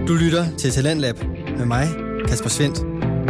Du lytter til Talentlab med mig, Kasper Svendt.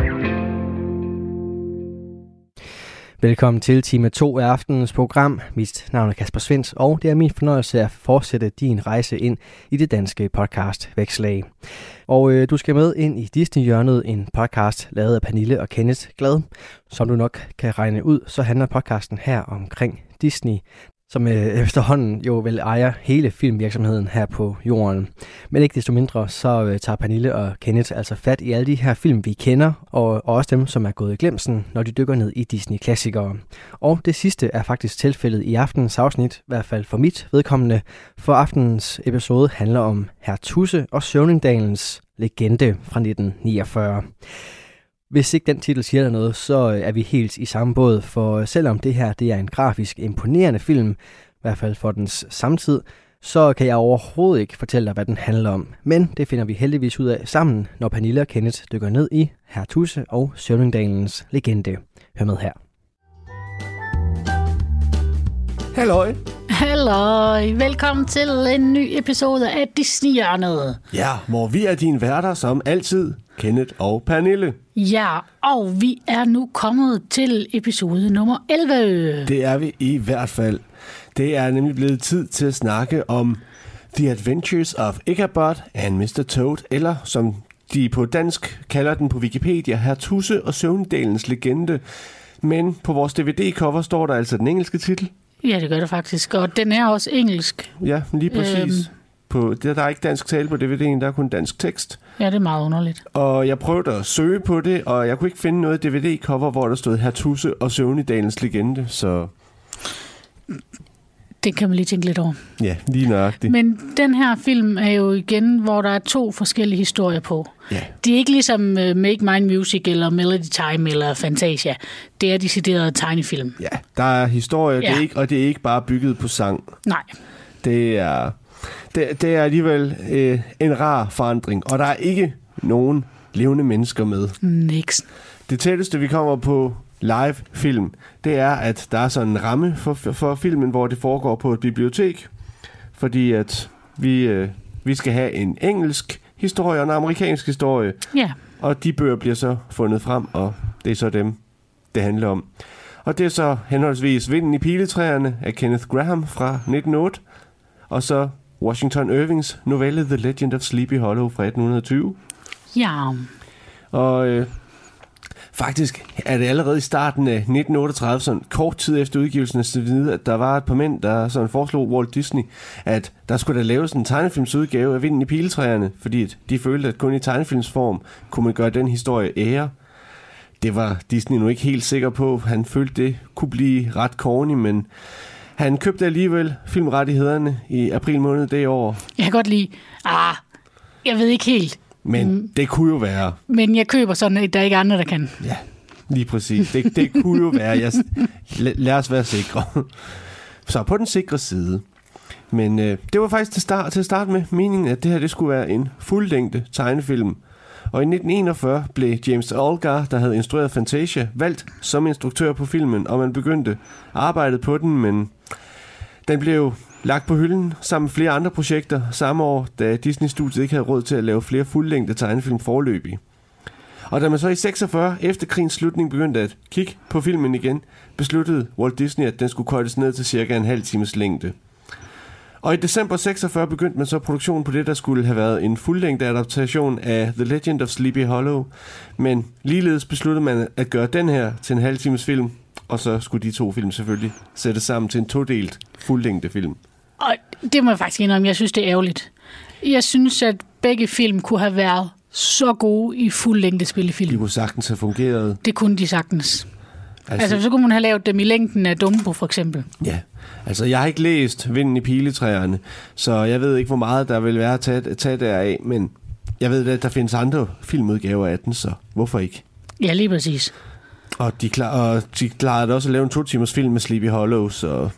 Velkommen til time 2 af aftenens program. Mit navn er Kasper Svendt, og det er min fornøjelse at fortsætte din rejse ind i det danske podcast Vækslag. Og du skal med ind i Disney-hjørnet, en podcast lavet af Pernille og Kenneth Glad. Som du nok kan regne ud, så handler podcasten her omkring Disney, som efterhånden jo vel ejer hele filmvirksomheden her på jorden. Men ikke desto mindre, så tager Pernille og Kenneth altså fat i alle de her film, vi kender, og også dem, som er gået i glemsen, når de dykker ned i Disney-klassikere. Og det sidste er faktisk tilfældet i aftenens afsnit, i hvert fald for mit vedkommende, for aftenens episode handler om Hr. Tusse og Søvningdalens legende fra 1949. Hvis ikke den titel siger der noget, så er vi helt i samme båd, for selvom det her det er en grafisk imponerende film, i hvert fald for dens samtid, så kan jeg overhovedet ikke fortælle dig, hvad den handler om. Men det finder vi heldigvis ud af sammen, når Pernille og Kenneth dykker ned i Hr. Tusse og Søvningdalens legende. Hør med her. Halløj. Halløj. Velkommen til en ny episode af Disney-hjørnet. Ja, hvor vi er dine værter som altid, Kenneth og Pernille. Ja, og vi er nu kommet til episode nummer 11. Det er vi i hvert fald. Det er nemlig blevet tid til at snakke om The Adventures of Ichabod and Mr. Toad, eller som de på dansk kalder den på Wikipedia, Hr. Tusse og Søvningdalens legende. Men på vores DVD-cover står der altså den engelske titel. Ja, det gør det faktisk, og den er også engelsk. Ja, lige præcis. Der er ikke dansk tale på DVD'en, der er kun dansk tekst. Ja, det er meget underligt. Og jeg prøvede at søge på det, og jeg kunne ikke finde noget DVD-cover, hvor der stod Hr. Tusse og Søvningdalens legende, så... Det kan man lige tænke lidt over. Ja, lige nøjagtigt. Men den her film er jo igen, hvor der er 2 forskellige historier på. Ja. Det er ikke ligesom Make Mine Music eller Melody Time eller Fantasia. Det er deciderede tegnefilm. Ja, der er historie, ja. Det er ikke bare bygget på sang. Nej. Det er alligevel en rar forandring, og der er ikke nogen levende mennesker med. Niks. Det tætteste, vi kommer på live-film, det er, at der er sådan en ramme for filmen, hvor det foregår på et bibliotek, fordi at vi skal have en engelsk historie og en amerikansk historie, ja. Og de bøger bliver så fundet frem, og det er så dem, det handler om. Og det er så henholdsvis Vinden i piletræerne af Kenneth Grahame fra 1908, og så Washington Irvings novelle The Legend of Sleepy Hollow fra 1820. Ja. Og faktisk er det allerede i starten af 1938, sådan kort tid efter udgivelsen af Snehvide, at der var et par mænd, der sådan foreslog Walt Disney, at der skulle der laves en tegnefilmsudgave af Vinden i piletræerne, fordi de følte, at kun i tegnefilmsform kunne man gøre den historie ære. Det var Disney nu ikke helt sikker på. Han følte, det kunne blive ret corny, men han købte alligevel filmrettighederne i april måned det år. Jeg kan godt lide... jeg ved ikke helt. Men det kunne jo være... Men jeg køber sådan, at der ikke er andre, der kan. Ja, lige præcis. Det kunne jo være. Lad os være sikre. Så på den sikre side. Men det var faktisk til at starte med meningen, at det her det skulle være en fuldlængde tegnefilm. Og i 1941 blev James Olgar, der havde instrueret Fantasia, valgt som instruktør på filmen, og man begyndte arbejdet på den, men den blev lagt på hylden sammen med flere andre projekter samme år, da Disney-studiet ikke havde råd til at lave flere fuldlængde tegnefilm foreløbig. Og da man så i 46 efter krigens slutning begyndte at kigge på filmen igen, besluttede Walt Disney, at den skulle kortes ned til cirka en halv times længde. Og i december 46 begyndte man så produktionen på det, der skulle have været en fuldlængde adaptation af The Legend of Sleepy Hollow. Men ligeledes besluttede man at gøre den her til en halv times film, og så skulle de 2 film selvfølgelig sættes sammen til en 2-delt fuldlængde film. Og det må jeg faktisk indrømme, jeg synes, det er ærgerligt. Jeg synes, at begge film kunne have været så gode i fuldlængde spillefilm. De kunne sagtens have fungeret. Det kunne de sagtens. Altså, så kunne man have lavet dem i længden af Dumbo, for eksempel. Ja, altså jeg har ikke læst Vinden i piletræerne, så jeg ved ikke, hvor meget der vil være at tage deraf, men jeg ved, at der findes andre filmudgaver af den, så hvorfor ikke? Ja, lige præcis. Og de klarede også at lave en 2-timers film med Sleepy Hollow, så...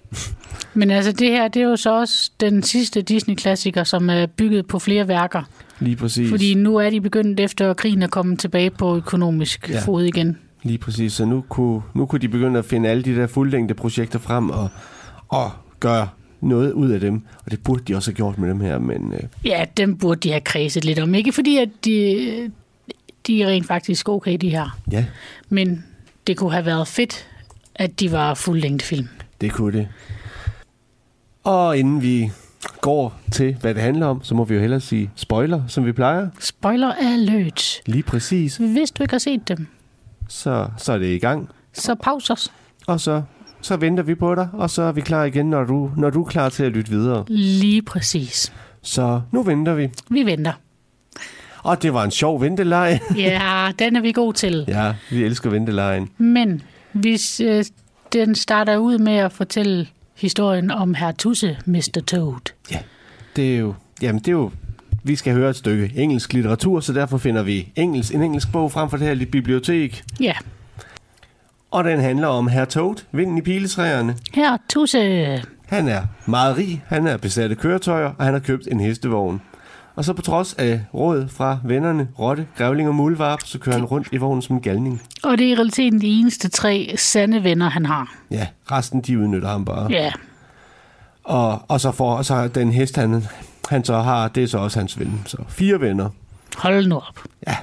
Men altså, det her, det er jo så også den sidste Disney-klassiker, som er bygget på flere værker. Lige præcis. Fordi nu er de begyndt efter krigen at komme tilbage på økonomisk fod igen. Lige præcis, så nu kunne de begynde at finde alle de der fuldlængde projekter frem og gøre noget ud af dem. Og det burde de også have gjort med dem her, men... Ja, dem burde de have kredset lidt om. Ikke fordi, at de er rent faktisk okay, de her. Ja. Men det kunne have været fedt, at de var fuldlængdefilm. Det kunne det. Og inden vi går til, hvad det handler om, så må vi jo hellere sige spoiler, som vi plejer. Spoiler alert. Lige præcis. Hvis du ikke har set dem, Så er det i gang. så pause os. Og så venter vi på dig, og så er vi klar igen, når du er klar til at lytte videre. Lige præcis. Så nu venter vi. Vi venter. Og det var en sjov ventelej. Ja, den er vi god til. Ja, vi elsker ventelejen. Men hvis den starter ud med at fortælle historien om Herr Tusse, Mr. Toad. Ja, det er jo... Vi skal høre et stykke engelsk litteratur, så derfor finder vi en engelsk bog frem for det her bibliotek. Ja. Og den handler om Herr Toad, vinden i piletræerne. Herr Tusse. Han er meget rig, han er besat af køretøjer, og han har købt en hestevogn. Og så på trods af råd fra vennerne, rotte, grævling og muldvarp, så kører han rundt i vognen som en galning. Og det er i realiteten de eneste 3 sande venner, han har. Ja, resten de udnytter ham bare. Ja. Og så den hest, han så har, det er så også hans ven. Så 4 venner. Hold nu op. Ja,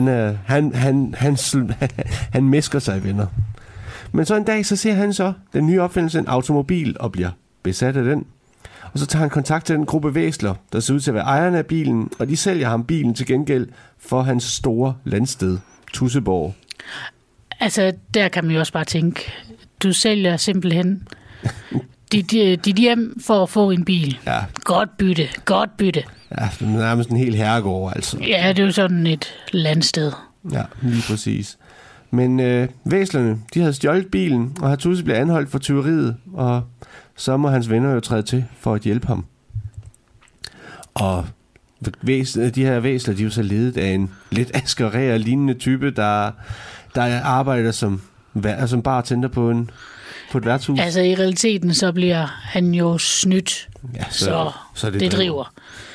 han mesker sig venner. Men så en dag, så ser han så den nye opfindelse, en automobil, og bliver besat af den. Og så tager han kontakt til den gruppe væsler, der ser ud til at være ejerne af bilen, og de sælger ham bilen til gengæld for hans store landsted, Tusseborg. Altså, der kan man jo også bare tænke, du sælger simpelthen dit hjem for at få en bil. Ja. Godt bytte. Ja, det er nærmest en hel herregård, altså. Ja, det er jo sådan et landsted. Ja, lige præcis. Men væslerne, de havde stjålet bilen, og Herr Tusse blev anholdt for tyveriet, og så må hans venner jo træde til for at hjælpe ham. Og de her væsler, de er jo så ledet af en lidt askereret lignende type, der arbejder som bartender på et værtshus. Altså i realiteten, så bliver han jo snydt, Ja, så det driver.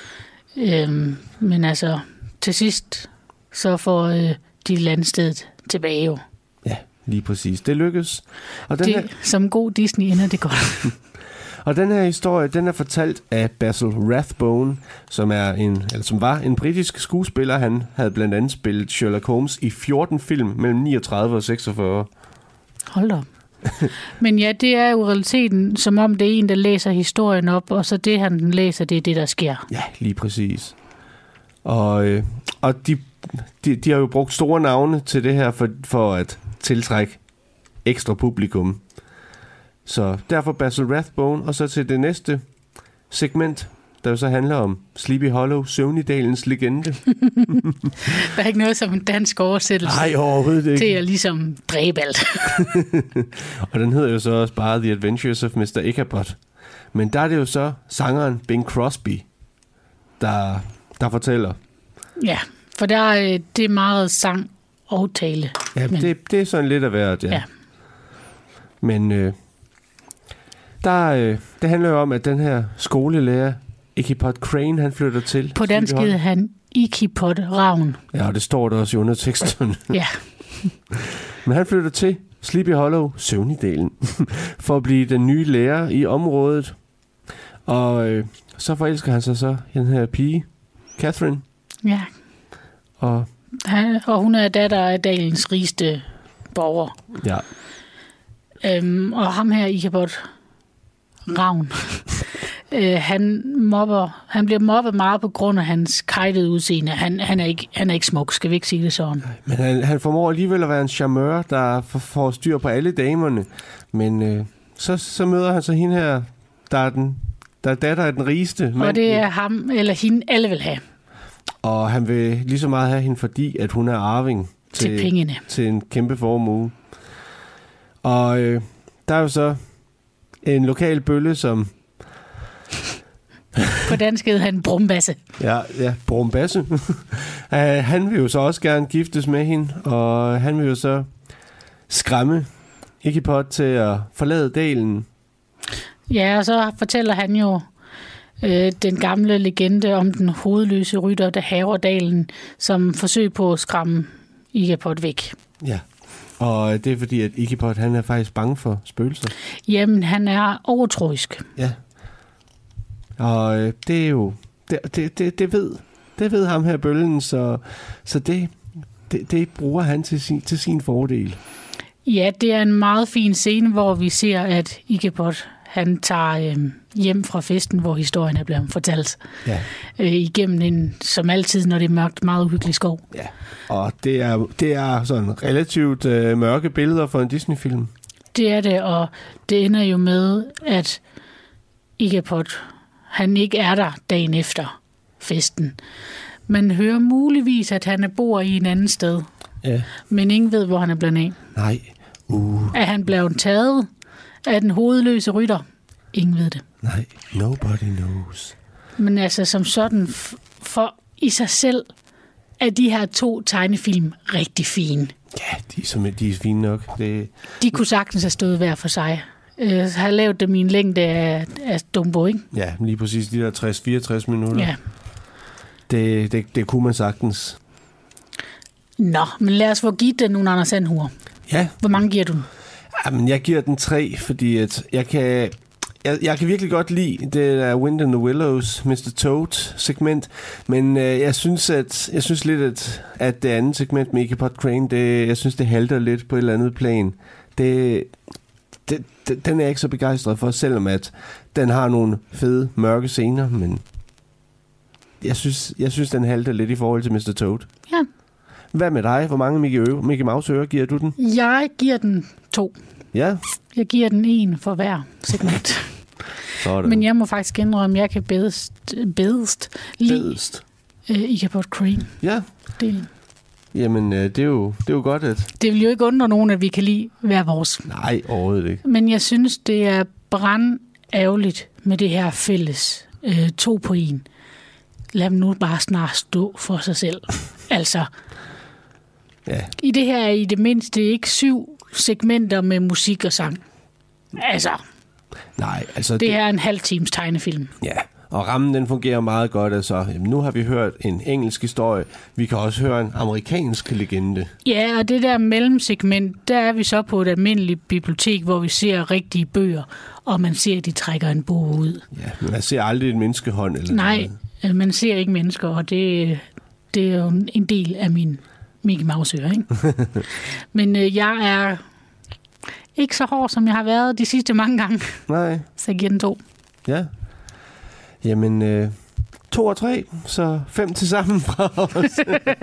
Men altså, til sidst, så får de landstedet tilbage jo. Ja, lige præcis. Det lykkes. Og som god Disney ender det godt. Og den her historie, den er fortalt af Basil Rathbone, som var en britisk skuespiller. Han havde blandt andet spillet Sherlock Holmes i 14 film mellem 39 og 46. Hold da. Men ja, det er jo realiteten, som om det er en, der læser historien op, og så det, han læser, det er det, der sker. Ja, lige præcis. Og de har jo brugt store navne til det her, for at tiltrække ekstra publikum. Så derfor Basil Rathbone, og så til det næste segment, der jo så handler om Sleepy Hollow, Søvnigdalens legende. Der er ikke noget som en dansk oversættelse. Nej, overhovedet ikke. Til at ligesom dræbe alt. Og den hedder jo så også bare The Adventures of Mr. Ichabod. Men der er det jo så sangeren Bing Crosby, der fortæller. Ja, for det er meget sang og tale. Ja, det er sådan lidt af hvert, ja. Men det handler jo om, at den her skolelærer, Ichabod Crane, han flytter til. På dansk hedder han Ichabod Ravn. Ja, og det står der også i underteksten. Ja. Men han flytter til Sleepy Hollow, Søvnigdalen, for at blive den nye lærer i området. Og så forelsker han sig så den her pige, Catherine. Ja. Og hun er datter af dalens rigeste borger. Ja. Og ham her, Ichabod Ravn, han bliver mobbet meget på grund af hans kajtede udseende. Han er ikke smuk, skal vi ikke sige det sådan. Men han formår alligevel at være en charmeur, der får styr på alle damerne. Men så møder han så hende her, der er datter af den rigeste mand. Og det er ham eller hende, alle vil have. Og han vil lige så meget have hende, fordi at hun er arving til pengene. Til en kæmpe formue. Og der er jo så en lokal bølle, som... På dansk hedder han Brumbasse. Ja, Brumbasse. Han vil jo så også gerne giftes med hende, og han vil jo så skræmme Ichabod til at forlade dalen. Ja, og så fortæller han jo den gamle legende om den hovedløse rytter, der haver dalen, som forsøg på at skræmme Ichabod væk. Ja, og det er fordi, at Ichabod, han er faktisk bange for spøgelser. Jamen, han er overtroisk. Ja, Og det er jo... Det ved ham her bøllen, så det bruger han til sin fordel. Ja, det er en meget fin scene, hvor vi ser, at Ikebot, han tager hjem fra festen, hvor historien er blevet fortalt. Ja. Igennem en, som altid, når det er mørkt, meget uhyggelig skov. Ja, og det er sådan relativt mørke billeder for en Disney-film. Det er det, og det ender jo med, at Ikebot, han ikke er der dagen efter festen. Man hører muligvis, at han bor i en anden sted. Ja. Men ingen ved, hvor han er blevet af. Nej. Er han blevet taget af den hovedløse rytter? Ingen ved det. Nej, nobody knows. Men altså som sådan, for i sig selv, er de her 2 tegnefilm rigtig fine. Ja, de er fine nok. De kunne sagtens have stået hver for sig. Har lavet dem i en længde af Dumbo, ikke? Ja, lige præcis de der 60-64 minutter. Ja. Det kunne man sagtens. Nå, men lad os få givet den nogle Anders Sandhuer. Ja. Hvor mange giver du? Jamen, jeg giver den 3, fordi at jeg kan virkelig godt lide det der Wind in the Willows, Mr. Toad segment, men jeg synes lidt, at det andet segment med Ikebot Crane, jeg synes, det halter lidt på et eller andet plan. Den er jeg ikke så begejstret for, selvom at den har nogle fede, mørke scener, men jeg synes, den halter lidt i forhold til Mr. Toad. Ja. Hvad med dig? Hvor mange Mickey Mouse-ører giver du den? Jeg giver den 2. Ja. Jeg giver den 1 for hver segment. Sådan. Men jeg må faktisk indrømme, at jeg kan bedst lide Ikebot Crane. Ja. Delen. Jamen, det er jo godt, at... Det vil jo ikke undre nogen, at vi kan lide hver vores. Nej, overhovedet ikke. Men jeg synes, det er brandærgerligt med det her fælles 2 på 1. Lad dem nu bare snart stå for sig selv. Altså, ja. I det her er i det mindste ikke 7 segmenter med musik og sang. Altså, nej, altså det her er en halv times tegnefilm. Ja, og rammen den fungerer meget godt. Altså, jamen, nu har vi hørt en engelsk historie. Vi kan også høre en amerikansk legende. Ja, og det der mellemsegment, der er vi så på et almindeligt bibliotek, hvor vi ser rigtige bøger, og man ser, at de trækker en bog ud. Ja, men man ser aldrig en menneskehånd. Eller nej, noget. Man ser ikke mennesker, og det er jo en del af min Mickey Mouse-ører, ikke? Men jeg er ikke så hård, som jeg har været de sidste mange gange. Nej. Så jeg giver den 2. Ja. Jamen, 2 og 3, så 5 til sammen fra os.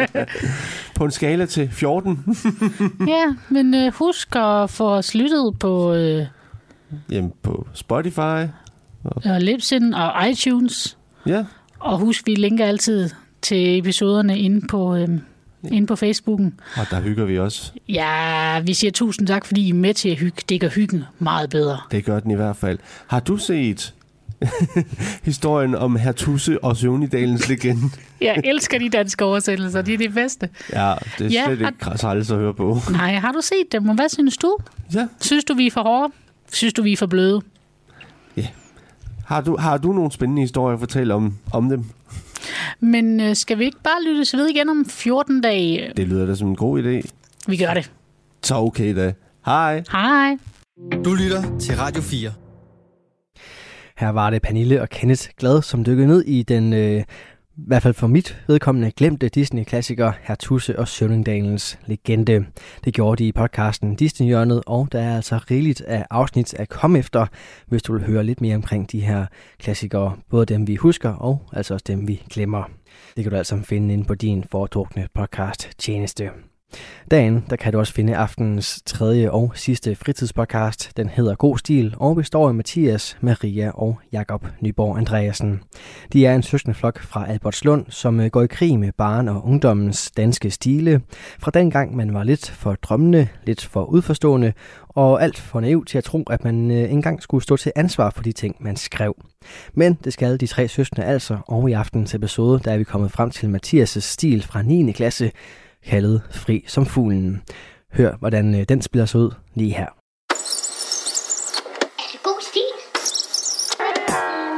På en skala til 14. Ja, men husk at få os lyttet på... Jamen, på Spotify. Og Libsyn og iTunes. Ja. Og husk, vi linker altid til episoderne inde på Facebooken. Og der hygger vi også. Ja, vi siger 1000 tak, fordi I er med til at hygge. Det gør hyggen meget bedre. Det gør den i hvert fald. Har du set historien om Herr Tusse og Søvnigdalens legende? Jeg elsker de danske oversættelser. De er det bedste. Ja, det er slet ikke træls at høre på. Nej, har du set dem? Og hvad synes du? Ja. Synes du, vi er for hårde? Synes du, vi er for bløde? Ja. Har du nogle spændende historier at fortælle om dem? Men skal vi ikke bare lyttes ved igen om 14 dage? Det lyder da som en god idé. Vi gør det. Så okay da. Hej. Hej. Du lytter til Radio 4. Her var det Pernille og Kenneth Glad, som dykkede ned i den, i hvert fald for mit vedkommende, glemte Disney-klassiker Herr Tusse og Søvningdalens legende. Det gjorde de i podcasten Disney-hjørnet, og der er altså rigeligt af afsnit at komme efter, hvis du vil høre lidt mere omkring de her klassikere, både dem vi husker og altså også dem vi glemmer. Det kan du altså finde inde på din foretrukne podcast tjeneste. Dagen, der kan du også finde aftenens 3. og sidste fritidspodcast. Den hedder God Stil og består af Mathias, Maria og Jakob Nyborg Andreasen. De er en søskendeflok fra Albertslund, som går i krig med barn- og ungdommens danske stile. Fra dengang man var lidt for drømmende, lidt for udforstående og alt for naiv til at tro, at man engang skulle stå til ansvar for de ting, man skrev. Men det skal de 3 søskende altså, og i aftens episode, der er vi kommet frem til Mathias' stil fra 9. klasse, kaldet Fri som fuglen. Hør, hvordan den spiller sig ud lige her. Er det god stil? Er det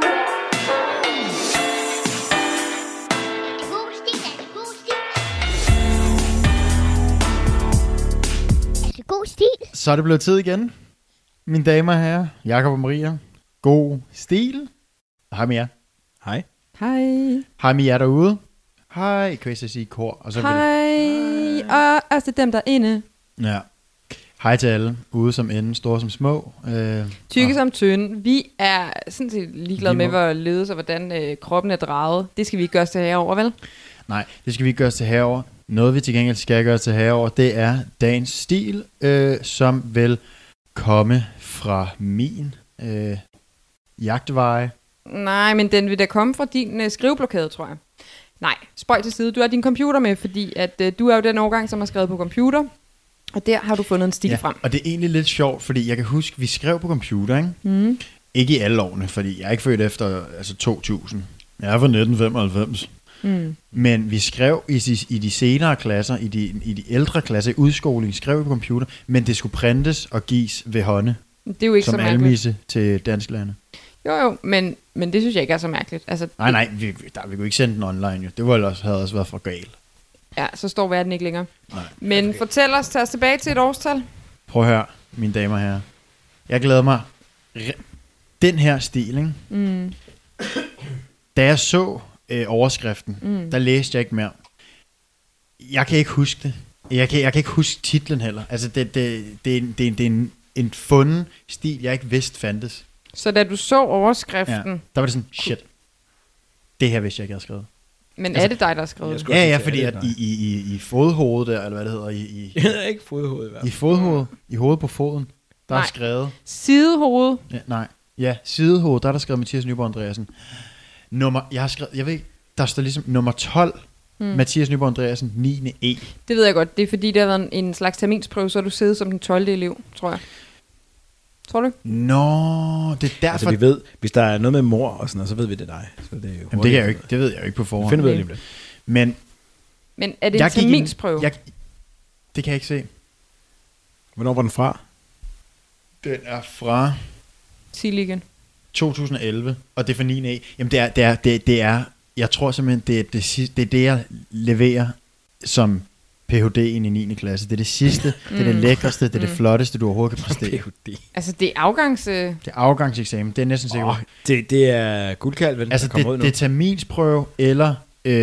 god stil? Er det god stil? Er det god stil? Så er det blevet tid igen, mine damer og herrer. Jakob og Maria. God stil. Hej med jer. Hej. Hej. Hej med jer derude. Hej, kan jeg sige kor. Og så Hej. Og også dem derinde. Ja. Hej til alle, ude som inde, store som små. Tykke som tynde. Vi er sådan set ligeglade med, hvor ledes og hvordan kroppen er drejet. Det skal vi ikke gøre os til herover, vel? Nej, det skal vi ikke gøre os til herover. Noget vi til gengæld skal gøre os til herover, det er dagens stil, som vil komme fra min jagtveje. Nej, men den vil da komme fra din skriveblokade, tror jeg. Nej, spøj til side. Du har din computer med, fordi at du er jo den årgang, som har skrevet på computer. Og der har du fundet en stil frem. Og det er egentlig lidt sjovt, fordi jeg kan huske, vi skrev på computer, ikke? Mm. Ikke i alle årene, fordi jeg er ikke født efter 2000. Jeg er fra 1995. Mm. Men vi skrev i de senere klasser, i de ældre klasser, i udskoling, skrev vi på computer, men det skulle printes og gives ved hånde. Det er jo ikke som så mærkeligt. almisse til dansklærerne. Jo, men det synes jeg ikke er så mærkeligt. Altså, Nej, vi kunne ikke sende den online, jo. Det havde også været for galt. Ja, så står verden ikke længere. Nej. Men fortæl os, tag os tilbage til et årstal. Prøv at høre, mine damer og herrer. Jeg glæder mig. Den her stil, ikke? Mm. Da jeg så overskriften, der læste jeg ikke mere. Jeg kan ikke huske det. Jeg kan ikke huske titlen heller. Altså, det er en funden stil, jeg ikke vidste fandtes. Så da du så overskriften... Ja, der var det sådan, shit. Det her vidste jeg ikke, jeg havde skrevet. Men er det dig, der har skrevet det? Ja, fordi at i fodhovedet der, eller hvad det hedder, ikke fodhovedet i hvert fald. I fodhovedet, i hovedet på foden, der er skrevet... Sidehoved? Ja, sidehovedet, der er der skrevet Mathias Nyborg Andreasen. Jeg har skrevet, jeg ved ikke, der står ligesom nummer 12, Mathias Nyborg Andreasen, 9. E. Det ved jeg godt, det er fordi, der har været en slags terminsprøve, så er du siddet som den 12. elev, tror jeg. Tror du? Nå, det er derfor... Altså vi ved, hvis der er noget med mor og sådan noget, så ved vi det er dig. Så det er jo jamen, det, kan jeg jo ikke, det ved jeg jo ikke på forhånd. Finder vi lige det. Men er det en terminsprøve? Det kan jeg ikke se. Hvornår var den fra? Den er fra... Sig lige igen. 2011, og det er for 9. E. Jamen det er jeg tror simpelthen, det er det, jeg leverer som Ph.D. i 9. klasse. Det er det sidste, det er det lækreste, det er det flotteste, du overhovedet kan præstere. Ph.D. Altså det er Det er afgangseksamen, det er næsten sikkert. Det er guldkalven, altså det er terminsprøve, eller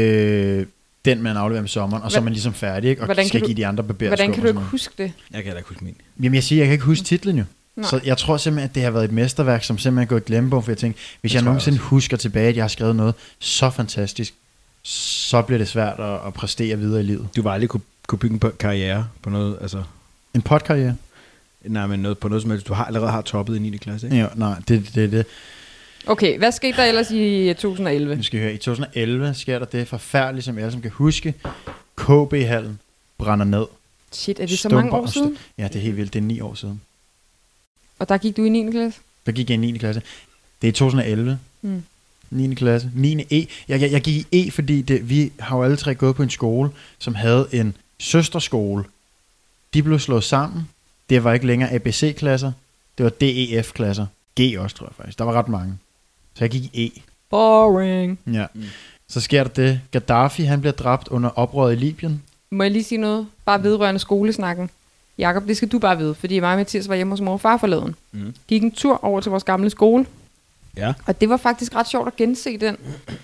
den, man afleverer med sommeren, og så er man ligesom færdig, ikke? Og skal give de andre barberskub. Hvordan kan du ikke huske det? Jeg kan da ikke huske min. Jamen jeg siger, jeg kan ikke huske titlen jo. Så jeg tror simpelthen, at det har været et mesterværk, som simpelthen er gået i glemmebog, for jeg tænkte, hvis jeg nogensinde husker tilbage, at jeg har skrevet noget så fantastisk, så bliver det svært at præstere videre i livet. Du var aldrig kunne bygge en karriere på noget, altså... En podkarriere? Nej, men noget, på noget som helst. Du allerede har toppet i 9. klasse, ikke? Ja, nej, det. Okay, hvad skete der ellers i 2011? Nu skal I høre, i 2011 sker der det forfærdelige, som alle som kan huske. KB-hallen brænder ned. Shit, er det så mange år siden? Ja, det er helt vildt. Det er 9 år siden. Og der gik du i 9. klasse? Der gik jeg i 9. klasse. Det er 2011. 9. klasse. 9. E. Jeg gik i E, fordi vi har jo alle tre gået på en skole, som havde en søsterskole. De blev slået sammen. Det var ikke længere ABC-klasser. Det var DEF-klasser. G også, tror jeg faktisk. Der var ret mange. Så jeg gik i E. Boring. Ja. Så sker der det. Gaddafi, han bliver dræbt under oprøret i Libyen. Må jeg lige sige noget? Bare vedrørende skolesnakken. Jakob, det skal du bare vide, fordi mig og Mathias var hjemme hos mor og far forleden. Gik en tur over til vores gamle skole. Ja. Og det var faktisk ret sjovt at gense den.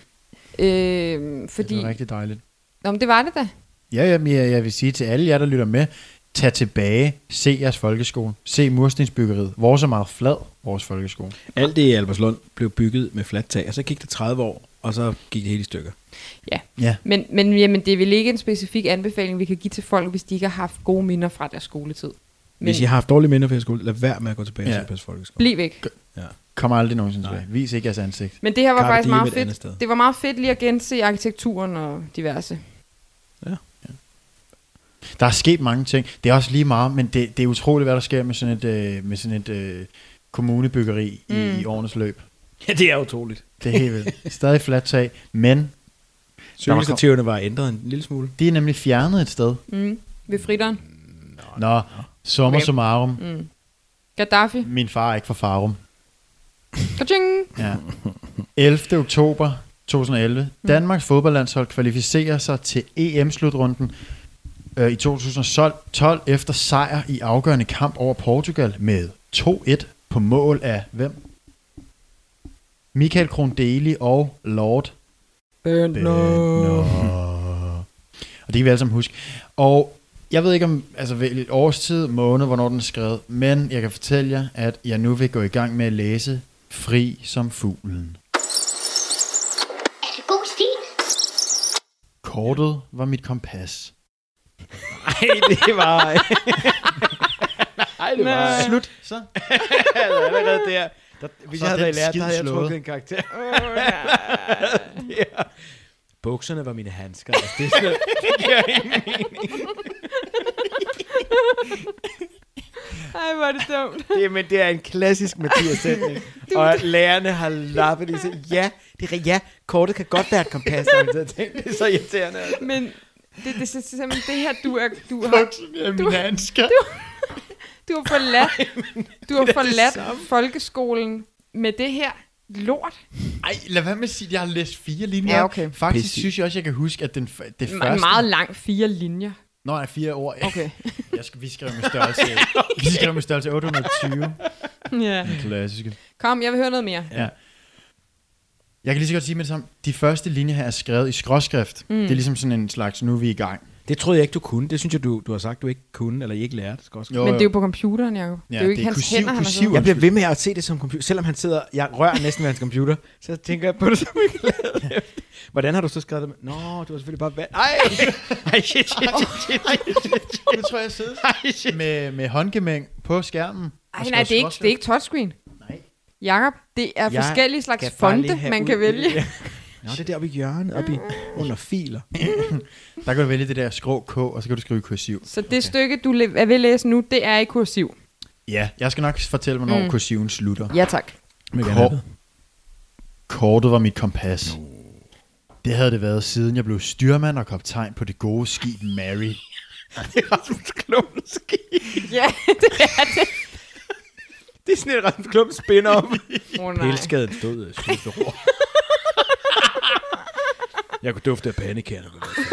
Fordi... Det var rigtig dejligt. Nå, men det var det da. Ja, jeg vil sige til alle jer, der lytter med, tag tilbage, se jeres folkeskole, se murstensbyggeriet. Vores er meget flad, vores folkeskole. Alt det i Albertslund blev bygget med fladt tag, og så gik det 30 år, og så gik det helt i stykker. Ja. Men jamen, det er vel ikke en specifik anbefaling, vi kan give til folk, hvis de ikke har haft gode minder fra deres skoletid. Hvis I har haft dårlige minder fra jeres skole, lad være med at gå tilbage til jeres folkeskole. Bliv væk. Ja. Kommer aldrig nogensinde tilbage. Vis ikke jeres ansigt. Men det her var faktisk meget fedt. Det var meget fedt lige at gense arkitekturen og diverse. Ja. Der er sket mange ting. Det er også lige meget, men det er utroligt, hvad der sker med sådan et kommunebyggeri i årenes løb. Ja, det er utroligt. Det er helt vildt. Stadig fladt tag, men... Cykelstativerne var ændret en lille smule. De er nemlig fjernet et sted. Ved fritteren. Nå, summa summarum. Gaddafi. Min far er ikke fra Farum. Ka-ching! Ja. 11. oktober 2011. Danmarks fodboldlandshold kvalificerer sig til EM-slutrunden i 2012 efter sejr i afgørende kamp over Portugal med 2-1 på mål af hvem? Michael Krondeli og Lord Bendtner. Og det kan vi alle sammen huske. Og jeg ved ikke om et årstid, måned, hvornår den er skrevet, men jeg kan fortælle jer, at jeg nu vil gå i gang med at læse Fri som fuglen. Er det god stil? Kortet var mit kompas. Nej, det var... Nej, det var... Slut, så. Allerede der. Hvis Så jeg havde den lært, skid der havde jeg slået. trukket en karakter. Ja. Bukserne var mine handsker. Altså, det er sådan, det giver ingen mening. Ej, hvor er det dumt. Men det er en klassisk Mathias-sætning. Og lærerne har lappet det. Ja, ja, kortet kan godt være et kompas. Det er så irriterende. Men det er simpelthen det her, du har Mine handsker. Du har forladt folkeskolen med det her lort. Ej, lad være med at sige, at jeg har læst 4 linjer. Ja, okay. Faktisk Pisse. synes jeg også, jeg kan huske, at det første... Meget lang 4 linjer. Nå, nej, 4 ord. Okay. Vi skrev med størrelse. Vi skrev med størrelse 820. Ja. Klassiske. Kom, jeg vil høre noget mere. Ja. Jeg kan lige så godt sige med det samme. De første linjer her er skrevet i skråskrift. Det er ligesom sådan en slags, nu er vi i gang. Det troede jeg ikke, du kunne. Det synes jeg, du har sagt, du ikke kunne, eller ikke lærte. Men det er jo på computeren, Jacob. Ja, det er jo ikke det er hans kursiv, hænder, han har kursiv. siddet. Jeg bliver ved med at se det som computer. Selvom han sidder, jeg rører næsten ved hans computer, så tænker jeg på det som en glæde. Hvordan har du så skrevet det? Nå, du har selvfølgelig bare valgt. Ej, shit. Nu tror jeg, jeg sidder med håndgemæng på skærmen. Ej, nej, det er ikke touchscreen. Nej. Jacob, det er Jeg forskellige slags kan bare lige fonte, have man ud kan i vælge. det. Nå, det er deroppe i hjørnet, oppe under filer. Der kan du vælge det der skrå K, og så kan du skrive kursiv. Så det stykke, du vil læse nu, det er i kursiv. Ja, jeg skal nok fortælle, hvornår kursiven slutter. Ja, tak. Kortet var mit kompas. Det havde det været, siden jeg blev styrmand og kaptajn på det gode skib Mary. Det er Rasmus Klumpens skib. Ja, det er det. Det er sådan et Rasmus Klump spin-off. Nej. Pælskaden stod skydt ved ror. Jeg kunne dufte af pandekander.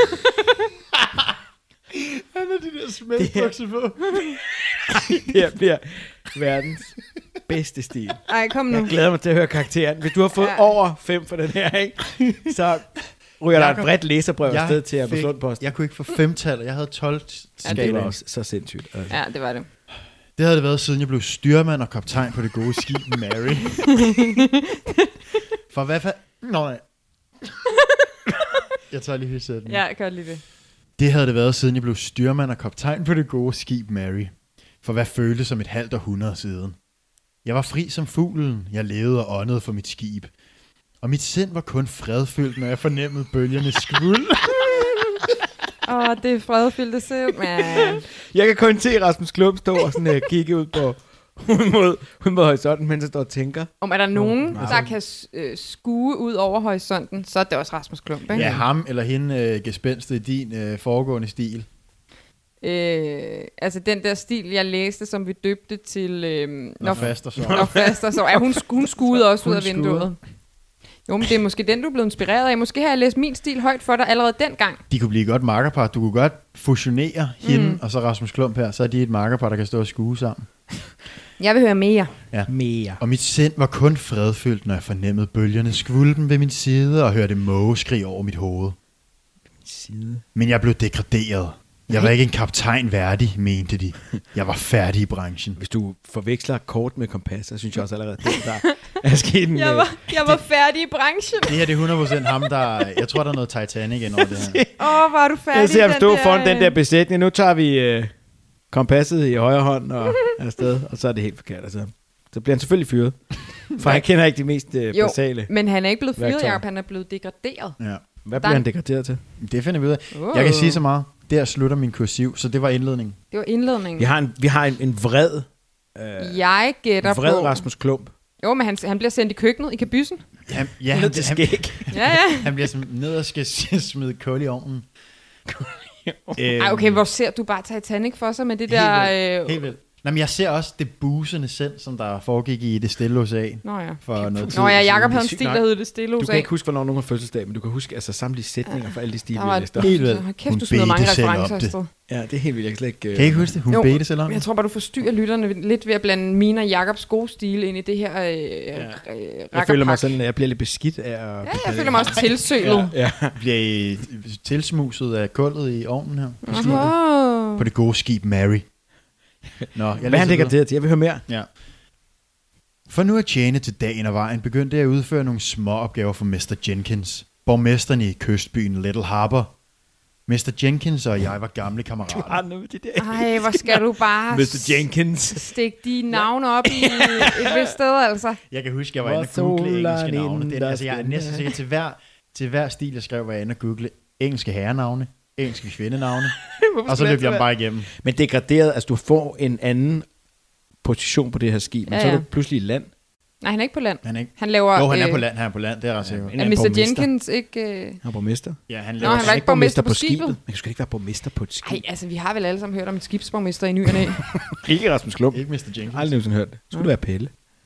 Han har de der smeltbukser på. Det her bliver verdens bedste stil. Ej, kom nu. Jeg glæder mig til at høre karakteren. Hvis du har fået over 5 for den her, ikke? Så ryger der et bredt læserbrev afsted til Amazon-posten. Jeg kunne ikke få 5-tal, jeg havde 12 skalaer. Det var også så sindssygt. Altså. Ja, det var det. Det havde det været, siden jeg blev styrmand og kaptajn på det gode skib Mary. For hvad Nå, nej. Jeg tager lige højsætten. Ja, jeg gør lige det. Det havde det været, siden jeg blev styrmand og kaptajn på det gode skib Mary. For hvad føltes som et halvt århundrede siden. Jeg var fri som fuglen, jeg levede og åndede for mit skib. Og mit sind var kun fredfyldt, når jeg fornemmede bølgernes skvuld. Det er fredfyldte sind, man. Jeg kan kun se Rasmus Klump stå og sådan, kigge ud på mod horisonten, mens jeg står og tænker. Om er der nogen, der kan skue ud over horisonten, så er det også Rasmus Klump, ikke? Ja, ham eller hende gespenstet i din foregående stil. Altså den der stil, jeg læste, som vi døbte til... Når fast og så. Når fast og så. Ja, hun skuede også ud af vinduet. Jo, men det er måske den, du er blevet inspireret af. Måske har jeg læst min stil højt for dig allerede dengang. De kunne blive et godt makkerpar. Du kunne godt fusionere hende og så Rasmus Klump her. Så er de et makkerpar, der kan stå og skue sammen. Jeg vil høre mere. Ja. Mere. Og mit sind var kun fredfyldt, når jeg fornemmede bølgerne skvulpen ved min side og hørte mågeskrig over mit hoved. Men jeg blev degraderet. Jeg var ikke en kaptajn værdig, mente de. Jeg var færdig i branchen. Hvis du forveksler kort med kompas, så synes jeg også allerede, det der er sket en... Jeg var færdig i branchen. Det her det er 100% ham, der... Jeg tror, der er noget Titanic ind over det her. Hvor er du færdig? Jeg ser ham stå foran den der besætning. Nu tager vi kompasset i højre hånd og afsted, og så er det helt forkert. Altså. Så bliver han selvfølgelig fyret. For han kender ikke de mest basale. Men han er ikke blevet fyret, værktøjer. Jacob. Han er blevet degraderet. Ja. Hvad bliver han degraderet til? Det finder vi ud af. Jeg kan sige så meget. Der slutter min kursiv, så det var indledningen. Det var indledningen. Vi har en vred... Jeg gætter vred på... Rasmus Klump. Jo, men han bliver sendt i køkkenet i kabyssen. Han bliver sådan ned og skal smide kul i ovnen. Ej, okay, hvor ser du bare Titanic for sig med det der... Helt vildt. Nå, men jeg ser også det busende sind, som der foregik i det stille ocean. Nå ja. For noget tid. Nå ja, Jacob Det er havde en sygt stil, nok. der hed det stille Du kan ocean. ikke huske, hvornår nogen har fødselsdag, men du kan huske altså samtlige sætninger for alle de stil, Der vi var har læst op. Helt vildt. Hold kæft, Hun du smider mange bedte selv om referencer det. afsted. Ja, det er helt vildt. Jeg kan slet ikke... Kan I ikke huske det? Hun Jo. bedte selv om Men jeg det. tror bare, du forstyrrer lytterne lidt ved at blande mine og Jakobs gode stil ind i det her Jeg føler mig sådan, at jeg bliver lidt beskidt af at... Ja, jeg føler mig også tilsølet. Ja. Bliver I tilsmuset af kullet i ovnen her? Åh. På det gode skib Mary. Nå, jeg Hvad han læser lægger videre. det til? Jeg vil høre mere. Ja. For nu at tjene til dagen og vejen, begyndte jeg at udføre nogle små opgaver for Mr. Jenkins, borgmesteren i kystbyen Little Harbor. Mr. Jenkins og jeg var gamle kammerater. nu det der. Ej, hvor skal du bare Mr. Jenkins. stikke de navne op i et vist sted, altså. Jeg kan huske, jeg var inde og Hvor google engelske solen navne. Det er, altså, jeg er skinner. næsten sikker til hver stil, jeg skrev, var jeg inde og google engelske herrenavne, engelske kvindenavne, og så løb jeg dem bare igennem. Men degraderet, altså du får en anden position på det her skib, men Ja, så er ja. du pludselig i land. Nej, han er ikke på land. Han er ikke. Han laver... Jo, han er på land, det er ret sikkert. En Er anden Mr. borgmester. Jenkins ikke... Han er borgmester. Ja, han Nå, laver han var ikke borgmester på skibet. Man kan sgu ikke være borgmester på et skib. Ej, altså, vi har vel alle sammen hørt om en skibsborgmester i ny og næ. Ikke Rasmus Klump. ikke Mr. Jenkins. Aldrig nogensinde hørt det. Skulle det være Pelle?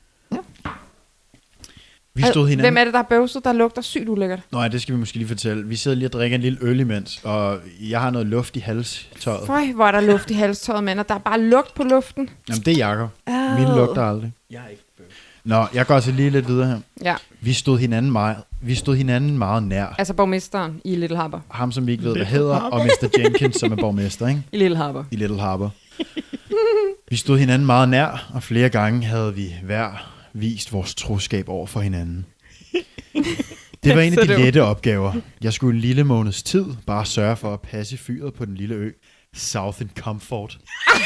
Vi stod hinanden. Hvem er det, der er bøvset, der lugter sygt ulækkert? Nå, det skal vi måske lige fortælle. Vi sidder lige og drikker en lille øl imens, og jeg har noget luft i halstøjet. Føj, hvor er der luft i halstøjet, mand, og der er bare lugt på luften. Jamen, det er Jacob. Min lugter aldrig. Jeg er ikke. Nå, jeg går så lige lidt videre her. Ja, Vi stod hinanden meget nær. altså borgmesteren i Little Harbor. Ham, som vi ikke ved, hvad hedder, og Mr. Jenkins, som er borgmester, ikke? I Little Harbor. I Little Harbor. Vi stod hinanden meget nær, og flere gange havde vi hver vist vores troskab over for hinanden. Det var en af de lette opgaver. Jeg skulle en lille måneds tid bare sørge for at passe fyret på den lille ø. Southern Comfort.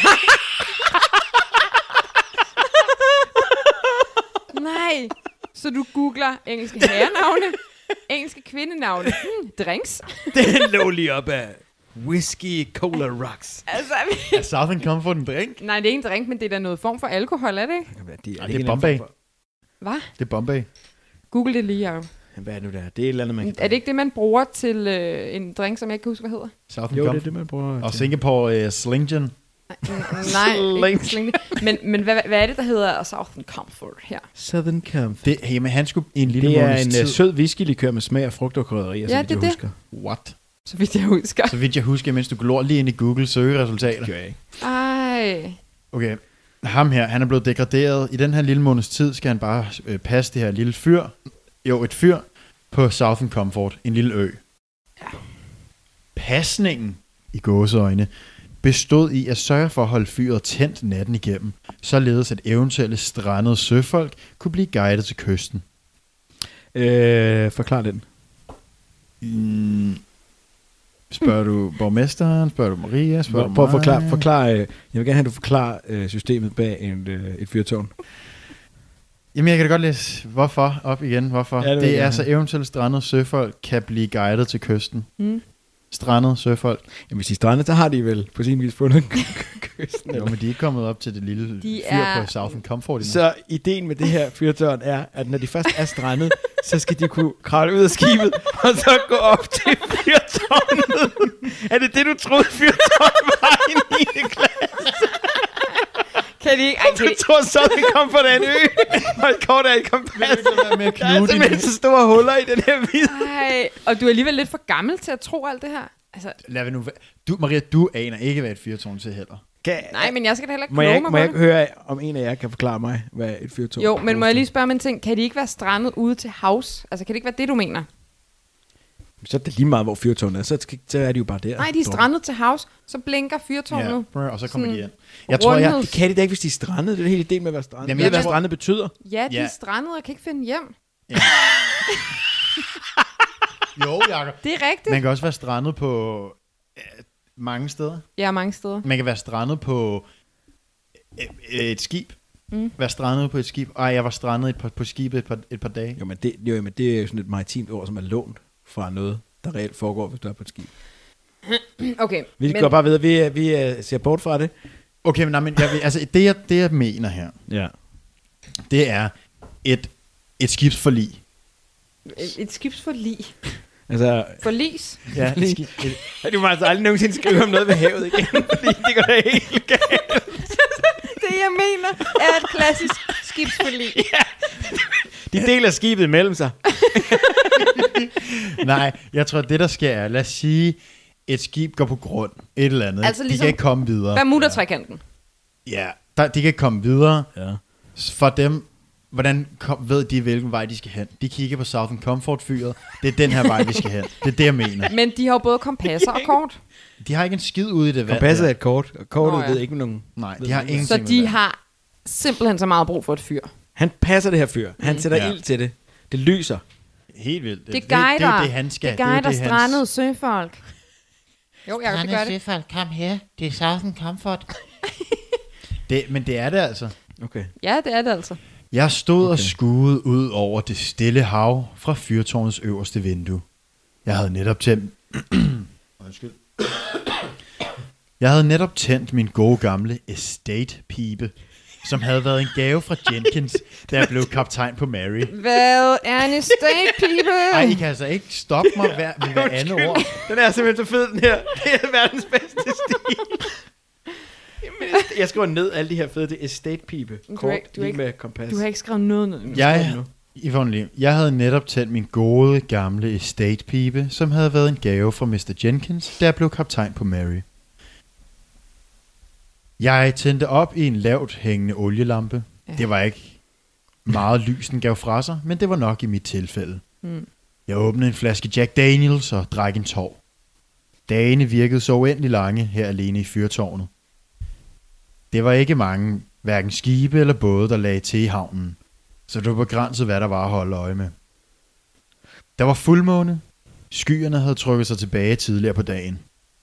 Nej, så du googler engelske herrenavne, engelske kvindenavne, drinks. Den lå lige op af Whiskey Cola Rocks. Altså, Er Southern Comfort en drink? nej, det er ikke en drink, men det er da noget form for alkohol, er det ikke? Det er Bombay. Hvad? Det er Bombay. Google det lige, Jacob. Hvad er det nu der? Det er et eller andet, man kan Er det ikke det, man bruger til en drink, som jeg ikke kan huske, hvad hedder? Southern Jo, det er Comfort. det, man bruger. Og til. Singapore Sling Gin. Nej, ikke sling. Men hvad er det, der hedder Southern Comfort her? Southern Comfort. Det, jamen, han skulle i en lille Det er måneds en tid. sød whiskylikør med smag af frugt og krydderier, Ja, så vidt det er jeg det. husker. What? Så vidt jeg husker. Så vidt jeg husker, mens du glor lige ind i Google søgeresultater. Gør jeg ikke. Ej. Okay, ham her, han er blevet degraderet. I den her lille måneds tid skal han bare passe det her lille fyr. Jo, et fyr på Southern Comfort, en lille ø. Ja. Pasningen i gåseøjne bestod i at sørge for at holde fyret tændt natten igennem, således at eventuelle strandede søfolk kunne blive guidet til kysten. Forklar den. Spørger du borgmesteren? Spørger du Maria? Spørger du Prøv at mig? forklare jeg vil gerne have, at du forklarer systemet bag et fyrtårn. Jamen, jeg kan da godt læse, hvorfor op igen. Hvorfor? Ja, Ja, det vil det jeg er gerne så eventuelle strandede søfolk kan blive guidet til kysten. Mm. Strandede søfolk. Jamen, hvis de strandet, så har de vel på sin vis fundet kysten. Jo, men de er ikke kommet op til det lille De fyr er- på Southern Comfort endnu. Så ideen med det her fyrtårn er, at når de først er strandet, så skal de kunne kravle ud af skibet, og så gå op til fyrtårnet. Er det det, du troede, fyrtårnet var i 9. klasse? Kan de ikke? Du tror så, det kom fra den ø, og et kort af et kompas. med at Der er knude simpelthen så store huller i den her vid. Ej, og du er alligevel lidt for gammel til at tro alt det her. Altså, Lad vi nu du, Maria, du aner ikke, hvad et fyrtårn til heller. nej, men jeg skal da heller ikke Må jeg, kloge mig må jeg på ikke det. høre, om en af jer kan forklare mig, hvad et fyrtårn Jo, men må jeg lige spørge om en ting? Kan de ikke være strandet ude til havs? Altså, kan det ikke være det, du mener? Så er det lige meget, hvor fyrtårnet er. Så er de jo bare der. Nej, de er strandet til havs, så blinker fyrtårnet. Ja, og så kommer de Sådan ind. Jeg tror, jeg... Det kan de da ikke, hvis de er strandet. Det er det hele ideen med at være strandet. Jamen, Ved du, jeg hvad tror- strandet betyder? Ja, de Ja. er strandet og kan ikke finde hjem. Jo, Jacob. Det er rigtigt. Man kan også være strandet på mange steder. Ja, mange steder. Man kan være strandet på et skib. Være strandet på et skib. Ej, jeg var strandet på skibet et par dage. Jo, men det er jo sådan et maritimt ord, som er lånt fra noget, der reelt foregår, hvis du er på et skib. Okay, Vi går bare videre. Vi ser bort fra det. Okay, men, nej, men det jeg mener her, Ja. det er et skibsforlig. et skibsforlig. Altså, Forlis. Ja, du må altså aldrig nogensinde skrive om noget ved havet igen, fordi det går da helt galt. Det er et klassisk skibsforlig. De deler skibet imellem sig. Nej, jeg tror, det der sker er, lad os sige, et skib går på grund, et eller andet. Altså De ligesom kan ikke komme videre. Bermuda-trekanten. Ja, de kan ikke komme videre. Ja. For dem, hvordan ved de, hvilken vej de skal hen? De kigger på Southern Comfort-fyret. Det er den her vej, vi skal hen. Det er det, jeg mener. Men de har jo både kompasser og kort. De har ikke en skid ude i det vand. Kompasset er der. et kort, og kortet ja. ved ikke nogen. Nej, de har ingenting Så med de det. har simpelthen så meget brug for et fyr. Han passer det her fyr. Han sætter Ja. ild til det. Det lyser. Helt vildt. Det guider. Det er jo det, han skal. Det guider det strandede søfolk. Jo, jeg kan gøre det. Søfald, kom her. Det er Southern Comfort. Men det er det altså. Okay. Ja, det er det altså. Jeg stod og skuede ud over det stille hav fra fyrtårnets øverste vindue. Jeg havde netop tændt... Undskyld. Jeg havde netop tændt min gode gamle estate-pibe, som havde været en gave fra Jenkins, da jeg blev kaptajn på Mary. Hvad er en estate, people? Ej, I kan altså ikke stoppe mig med hver andet ord. Den er simpelthen så fed, den her. Det er verdens bedste stil. Jeg skriver ned alle de her fede, det er estate-pibe. Kort, lige med kompas. Du har ikke skrevet noget ned. Jeg havde netop tændt min gode gamle estate-pibe, som havde været en gave fra Mr. Jenkins, da jeg blev kaptajn på Mary. Jeg tændte op i en lavt hængende olielampe. Ja. Det var ikke meget lys, den gav fra sig, men det var nok i mit tilfælde. Jeg åbnede en flaske Jack Daniels og drak en tår. Dagene virkede så uendelig lange her alene i fyrtårnet. Det var ikke mange, hverken skibe eller både, der lagde til i havnen, så det var begrænset, hvad der var at holde øje med. Der var fuldmåne. Skyerne havde trykket sig tilbage tidligere på dagen.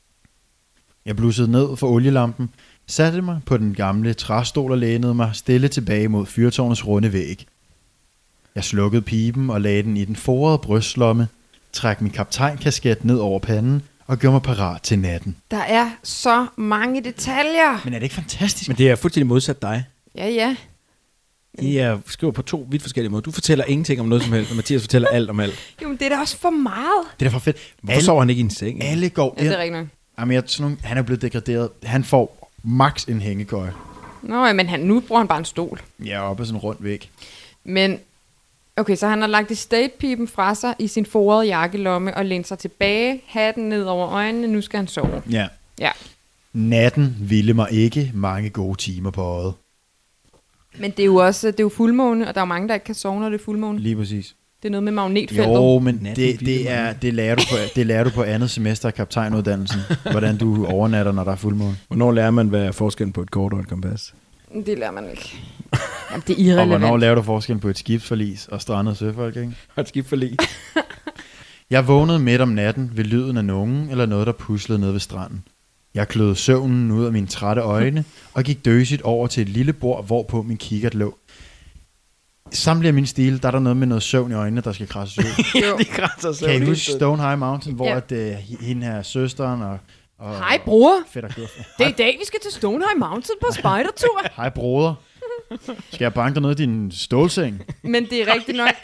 Jeg blussede ned for olielampen, satte mig på den gamle træstol og lænede mig stille tilbage mod fyrtårnets runde væg. Jeg slukkede piben og lagde den i den forrede brystlomme, trak min kaptajnkasket ned over panden og gjorde mig parat til natten. Der er så mange detaljer. Men er det ikke fantastisk? Men det er fuldstændig modsat dig. Ja. Jeg skriver på 2 vidt forskellige måder. Du fortæller ingenting om noget som helst, og Mathias fortæller alt om alt. Jo, men det er da også for meget. Det er da for fedt. Hvorfor sover han ikke i en seng? Alle går Ja, det er rigtigt nok. Jamen, han er blevet degraderet. Han får max en hængekøje. Nå, ja, men nu bruger han bare en stol. Ja, oppe sådan en rund væg. Men, okay, så han har lagt estate-piben fra sig i sin forrede jakkelomme og lænet sig tilbage, hatten ned over øjnene, nu skal han sove. Ja. Ja. Natten ville mig ikke mange gode timer på øjet. Men det er jo også det er jo fuldmåne, og der er jo mange, der ikke kan sove, når det er fuldmåne. Lige præcis. Det er noget med magnetfeltet. Jo, men det lærer du på andet semester af kaptajnuddannelsen, hvordan du overnatter, når der er fuldmåne. Hvornår lærer man, hvad er forskellen på et kort og et kompas? Det lærer man ikke. Jamen, det er irrelevant. Og hvornår laver du forskellen på et skibsforlis og strandede søfolk, ikke? Og et skibsforlig. Jeg vågnede midt om natten ved lyden af nogen eller noget, der puslede ned ved stranden. Jeg kløede søvnen ud af mine trætte øjne og gik døsigt over til et lille bord, hvorpå min kikkert lå. Samtidig af min stil, der er der noget med noget søvn i øjnene, der skal krasses ud. De krasser søvn. Kan I huske Stone High Mountain, hvor hende her søsteren og Hej bror, fætter kører. det er i dag, vi skal til Stone High Mountain på spejdertur. Hej broder. Skal jeg banke dig ned i din stålseng? Men det er rigtigt nok.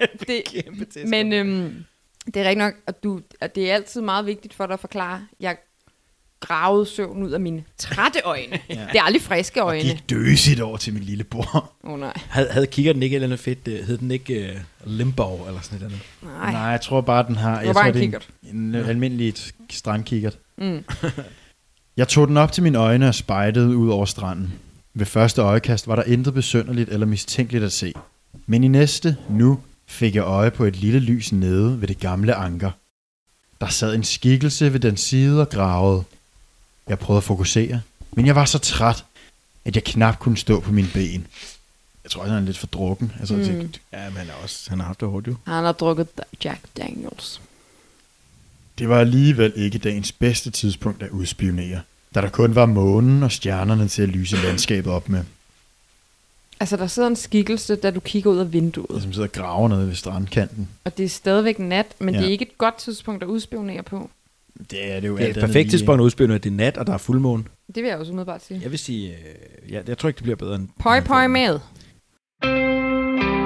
Det er rigtigt nok, at det er altid meget vigtigt for dig at forklare, jeg gravede søvn ud af mine trætte øjne. Ja. Det er aldrig friske øjne. Og gik døsigt over til mit lille bord. Nej. Havde kikkerten ikke et eller andet fedt? Hed den ikke Limbo eller sådan et eller andet? Nej, jeg tror bare, den har... Det var bare en kikkert. En almindelig strandkikkert. Jeg tog den op til mine øjne og spejdede ud over stranden. Ved første øjekast var der intet besynderligt eller mistænkeligt at se. Men i næste, nu, fik jeg øje på et lille lys nede ved det gamle anker. Der sad en skikkelse ved den side og gravede. Jeg prøvede at fokusere, men jeg var så træt, at jeg knap kunne stå på mine ben. Jeg tror, han er lidt for drukken. Altså, Ja, men han har haft det hårdt jo. Han har drukket Jack Daniels. Det var alligevel ikke dagens bedste tidspunkt at udspionere, da der kun var månen og stjernerne til at lyse landskabet op med. Altså, der sidder en skikkelse, da du kigger ud af vinduet. Som sidder og graver nede ved strandkanten. Og det er stadigvæk nat, men det er ikke et godt tidspunkt at udspionere på. Det er det jo. Det er et perfekt tidspunkt at udspionere, at det er nat, og der er fuldmåne. Det vil jeg også umiddelbart sige. Jeg vil sige, jeg tror ikke, det bliver bedre end... Pøj med.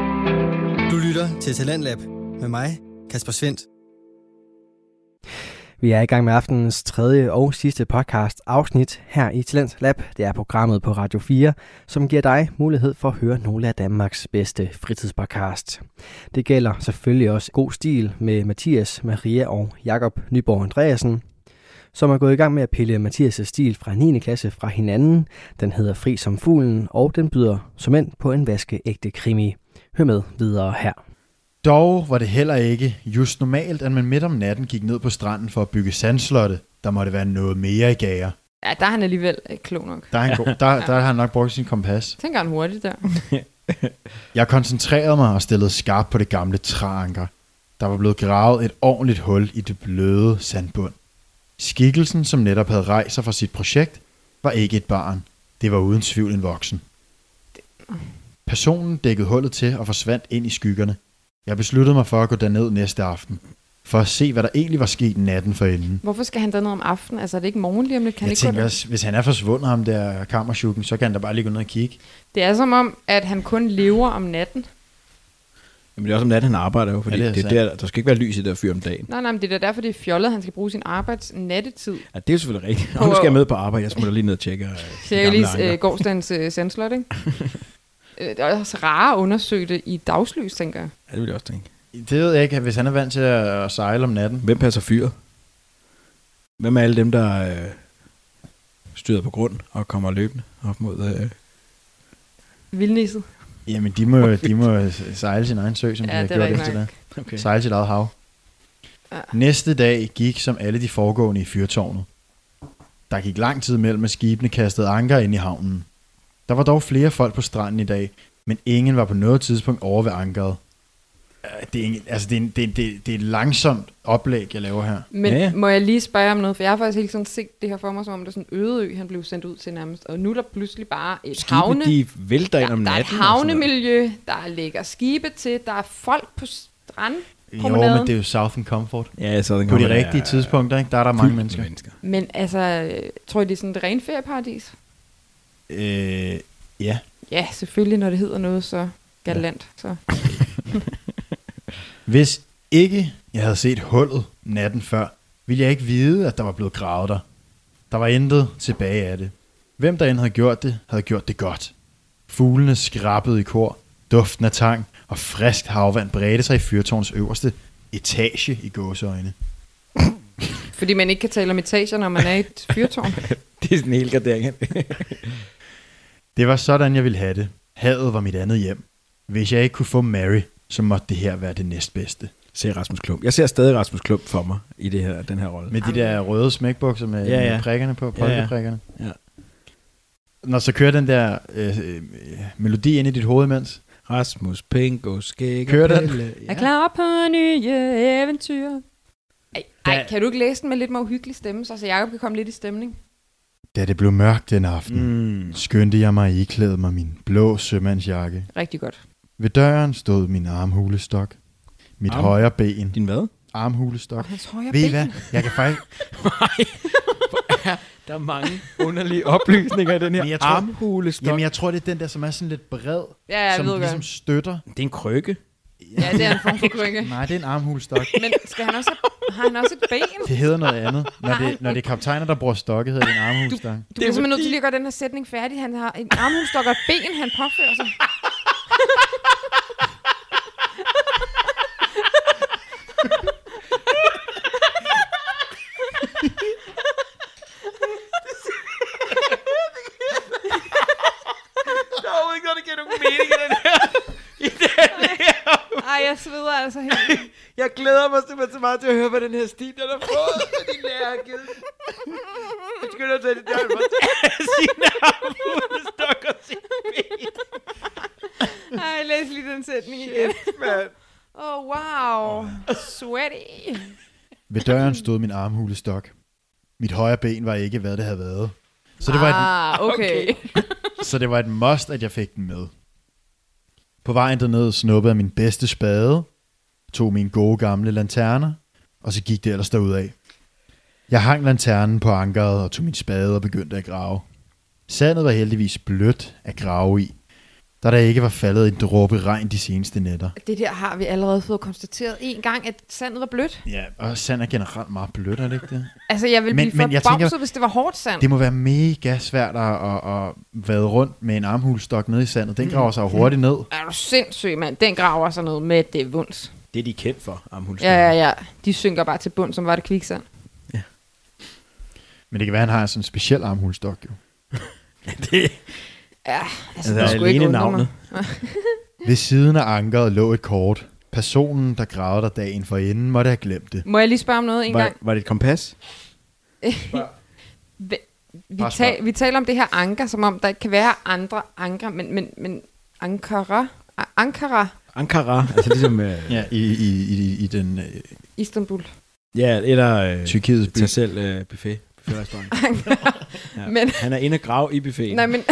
Du lytter til Talentlab med mig, Kasper Svendt. Vi er i gang med aftenens tredje og sidste podcast afsnit her i Talent Lab. Det er programmet på Radio 4, som giver dig mulighed for at høre nogle af Danmarks bedste fritidspodcast. Det gælder selvfølgelig også God Stil med Mathias, Maria og Jakob Nyborg Andreasen, som er gået i gang med at pille Mathias' stil fra 9. klasse fra hinanden. Den hedder Fri som fuglen, og den byder som end på en vaskeægte krimi. Hør med videre her. Dog var det heller ikke just normalt, at man midt om natten gik ned på stranden for at bygge sandslotte. Der måtte være noget mere i gære. Ja, der er han alligevel ikke klog nok. Der har han nok brugt sin kompas. Tænker han hurtigt der. Jeg koncentrerede mig og stillede skarpt på det gamle træanker. Der var blevet gravet et ordentligt hul i det bløde sandbund. Skikkelsen, som netop havde rejst sig fra sit projekt, var ikke et barn. Det var uden tvivl en voksen. Personen dækkede hullet til og forsvandt ind i skyggerne. Jeg besluttede mig for at gå derned næste aften, for at se, hvad der egentlig var sket natten forinden. Hvorfor skal han derned om aftenen? Altså er det ikke morgen lige om lidt? Jeg tænker, hvis han er forsvundet ham der kammersjukken, så kan han da bare lige gå ned og kigge. Det er som om, at han kun lever om natten. Jamen det er også om natten, han arbejder jo, fordi det er der skal ikke være lys i det der fyr om dagen. Nej, men det er derfor, det er fjollet, at han skal bruge sin arbejdsnattetid. Ja, det er jo selvfølgelig rigtigt. Og nu skal jeg med på arbejde, jeg smutter lige ned og tjekker. Lige gårdsdagens sandslot, ikke? Det er også rare at undersøge det i dagslys, tænker jeg. Ja, det vil jeg også tænke. Det ved jeg ikke, hvis han er vant til at sejle om natten. Hvem passer fyret? Hvem er alle dem, der styrer på grund og kommer løbende op mod... Vildnisset. Jamen, de må sejle sin egen sø, som de har gjort efter det. Okay. Sejle sit eget hav. Ja. Næste dag gik som alle de foregående i fyrtårnet. Der gik lang tid mellem, at skibene kastede anker ind i havnen. Der var dog flere folk på stranden i dag, men ingen var på noget tidspunkt over ved ankeret. Det er et langsomt oplæg, jeg laver her. Men må jeg lige spørge om noget? For jeg har faktisk hele tiden set det her for mig, som om det er sådan en øde ø, han blev sendt ud til nærmest. Og nu er der pludselig bare et havne. De vælter ind om natten. Der er et havnemiljø, der ligger skibe til, der er folk på stranden. Jo, men det er jo Southern Comfort. Ja, Southern Comfort. På de rigtige tidspunkter, ikke? Der er der mange mennesker. Men altså, tror I, det er sådan et rent ferieparadis? Ja. Ja, selvfølgelig, når det hedder noget så galant. Ja. Så. Hvis ikke jeg havde set hullet natten før, ville jeg ikke vide, at der var blevet gravet der. Der var intet tilbage af det. Hvem der end havde gjort det godt. Fuglene skrabbede i kor, duften af tang og friskt havvand bredte sig i fyrtårnets øverste etage i gåseøjne. Fordi man ikke kan tale om etager, når man er i et fyrtårn. Det er sådan en hel gradering. Det var sådan, jeg ville have det. Havet var mit andet hjem. Hvis jeg ikke kunne få Mary, så måtte det her være det næstbedste. Ser Rasmus Klump. Jeg ser stadig Rasmus Klump for mig i den her rolle. Med de der røde smækbukser med prikkerne på, polkeprikkerne. Ja. Når så kører den der melodi ind i dit hoved imens. Rasmus, Pingo, Skæg kører og Pelle. Ja. Er klar på nye eventyr. Ej, kan du ikke læse den med lidt mere uhyggelig stemme, så Jacob kan komme lidt i stemning? Da det blev mørkt den aften, skyndte jeg mig at iklæde mig min blå sømandsjakke. Rigtig godt. Ved døren stod min armhulestok. Mit højre ben. Din hvad? Armhulestok. Hans højre Ved I ben? hvad? Jeg kan faktisk... Der er mange underlige oplysninger i den her armhulestok. Jamen, jeg tror, det er den der, som er sådan lidt bred. Ja, jeg som ved ligesom godt. støtter. Det er en krykke. Ja, det er en form for krykke. Nej, det er en armhulestok. Men har han også et ben? Det hedder noget andet. Når det er kaptajner, der bruger stokke, hedder det en armhulestok. Du er simpelthen nødt til lige at gøre den her sætning færdig. Han har en armhulestok og et ben, han påfører sig. Der er ikke noget, der giver nogen mening i den her. Ej, jeg sveder altså helt. Jeg glæder mig simpelthen så meget til at høre, hvad den her stil, den har fået, hvad din lærer har givet. Jeg skynder at tage det der, og tage sin armhulestok og sin ben. Ej, læs lige den sætning igen. Oh, wow. Sweaty. Ved døren stod min armhulestok. Mit højre ben var ikke, hvad det havde været. Så det var okay. Så det var et must, at jeg fik den med. På vejen derned snuppede jeg min bedste spade, tog mine gode gamle lanterner, og så gik det ellers derudad. Jeg hang lanternen på ankeret og tog min spade og begyndte at grave. Sandet var heldigvis blødt at grave i. da der ikke var faldet en dråbe regn de seneste nætter. Det der har vi allerede fået konstateret en gang, at sandet var blødt. Ja, og sand er generelt meget blødt, er det ikke det? Altså, jeg vil blive forbavset, hvis det var hårdt sand. Det må være mega svært at vade rundt med en armhulstok nede i sandet. Den graver sig jo hurtigt ned. Er du sindssyg, mand? Den graver sig ned med det vunds. Det er de kendt for, armhulstokken. Ja. De synker bare til bund, som var det kviksand. Ja. Men det kan være, at han har sådan en speciel armhulstok, jo. Det Ja, altså, er det skulle ikke alene undre mig. navnet. Ved siden af ankeret lå et kort. Personen, der gravede der dagen forinden, måtte have glemt det. Må jeg lige spørge om noget en gang? Var det et kompas? Vi taler om det her anker, som om der ikke kan være andre anker, men Ankara, Ankara, altså ligesom... Ja, i den Istanbul. Ja, eller Tyrkiets by. tag selv buffet. Buffetrestaurant. Ja. Men- Han er inde og grave i buffeten. Nej, men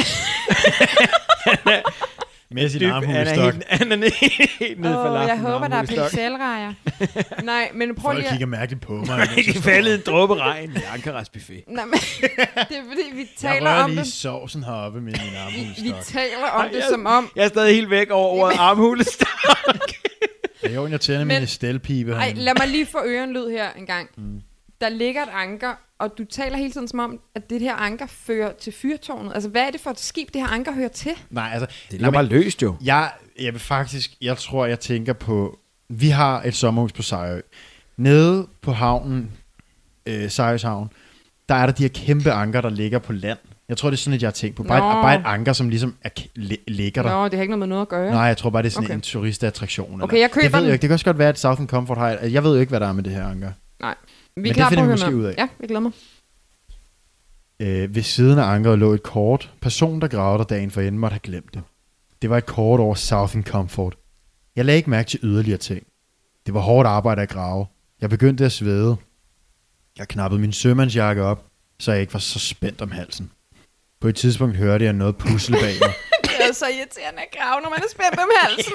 med sin Han armhulstok. er helt nede for laften. jeg håber, der er pinselrejer. Nej, men prøv Folk lige kigger mærkeligt på mig. Der er ikke faldet en dråbe regn i Ankaras buffet. Nej, men det er fordi, vi Jeg taler rører om lige det. sovsen heroppe med min Vi armhulstok. taler om det som om... Jeg er stadig helt væk over ordet armhulestok. Jeg er jo til min stelpibe. Ej, lad mig lige få ørenlyd her en gang. Der ligger et anker, og du taler hele tiden som om, at det her anker fører til fyrtårnet. Altså, hvad er det for et skib, det her anker hører til? Nej, altså... Det er bare løst jo. Jeg vil faktisk... Jeg tror, jeg tænker på... Vi har et sommerhus på Sejrø. Nede på havnen, Sejrøs havn, der er der de her kæmpe anker, der ligger på land. Jeg tror, det er sådan, at jeg har tænkt på. Bare et anker, som ligesom ligger der. Nå, det har ikke noget med noget at gøre. Nej, jeg tror bare, det er sådan Okay. en turistattraktion. Okay, jeg køber det ved den. jeg ikke. Det kan også godt være, at Southern Comfort har... Jeg ved jo ikke, hvad der er med det her anker. Nej. Vi Men er det klar på finder at vi høre måske noget. ud af. Ja, jeg glæder mig. Ved siden af ankeret lå et kort. Personen, der gravede der dagen forinden, måtte have glemt det. Det var et kort over Southern Comfort. Jeg lagde ikke mærke til yderligere ting. Det var hårdt arbejde at grave. Jeg begyndte at svede. Jeg knappede min sømandsjakke op, så jeg ikke var så spændt om halsen. På et tidspunkt hørte jeg noget pusle bag mig. Det er så irriterende at grave, når man er spændt om halsen.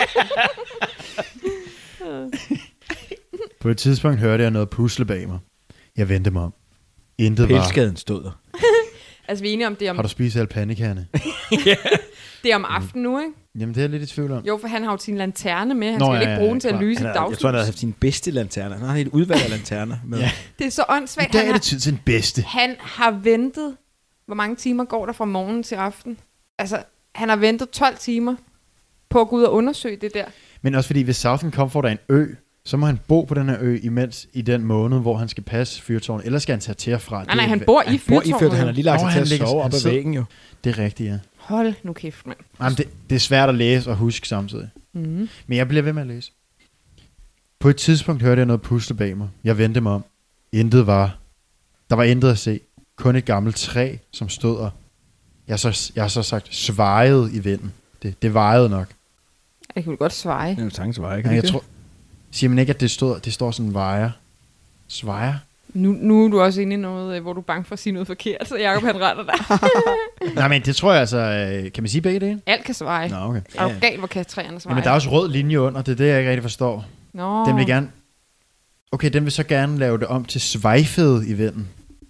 På et tidspunkt hørte jeg noget pusle bag mig. Jeg vendte mig om. Intet var... Pelskaden stod der. Altså, vi er enige om det Har om, du spist alle pandekærne? det er om aftenen nu, ikke? Jamen, det er jeg lidt i tvivl om. Jo, for han har jo sin lanterne med. Han Nå, skal ja, ikke bruge den til at klar. lyse Jeg et tror, han dagslys. havde haft sine bedste lanterner. Han har et udvalg af lanterner med. Ja. Det er så I åndssvagt. dag er det tid til den bedste. Han har ventet... Hvor mange timer går der fra morgen til aften? Altså, han har ventet 12 timer på at gå ud og undersøge det der. Men også fordi, hvis Southern Comfort er en ø, så må han bo på den her ø imens i den måned, hvor han skal passe fyrtårnet. Ellers skal han tage til og fra. Nej, han bor i Bor i fyrtårnet. fyrtårnet. Han har lige lagt sig Nå, til han at ligger- sove han op ad sidder- væggen jo. Det er rigtigt, ja. Hold nu kæft, mand. Jamen, det er svært at læse og huske samtidig. Mm. Men jeg bliver ved med at læse. På et tidspunkt hørte jeg noget pusle bag mig. Jeg vendte mig om. Der var intet at se. Kun et gammelt træ, som stod og... Jeg har så sagt svajede i vinden. Det vejede nok. Jeg kunne godt sveje. Det er jo sagtens var, ikke? Ja, jeg tror... Siger man ikke, at det står sådan vejer? Svejer? Nu er du også inde i noget, hvor du er bange for at sige noget forkert, så Jacob han retter dig. Nej, men det tror jeg altså... Kan man sige begge dele? Alt kan sveje. Nå, okay. Er du galt, hvor kan træerne sveje? Jamen, der er også rød linje under. Det er det, jeg ikke rigtig forstår. Nå. Den vil gerne... Okay, den vil så gerne lave det om til svejfede i vinden.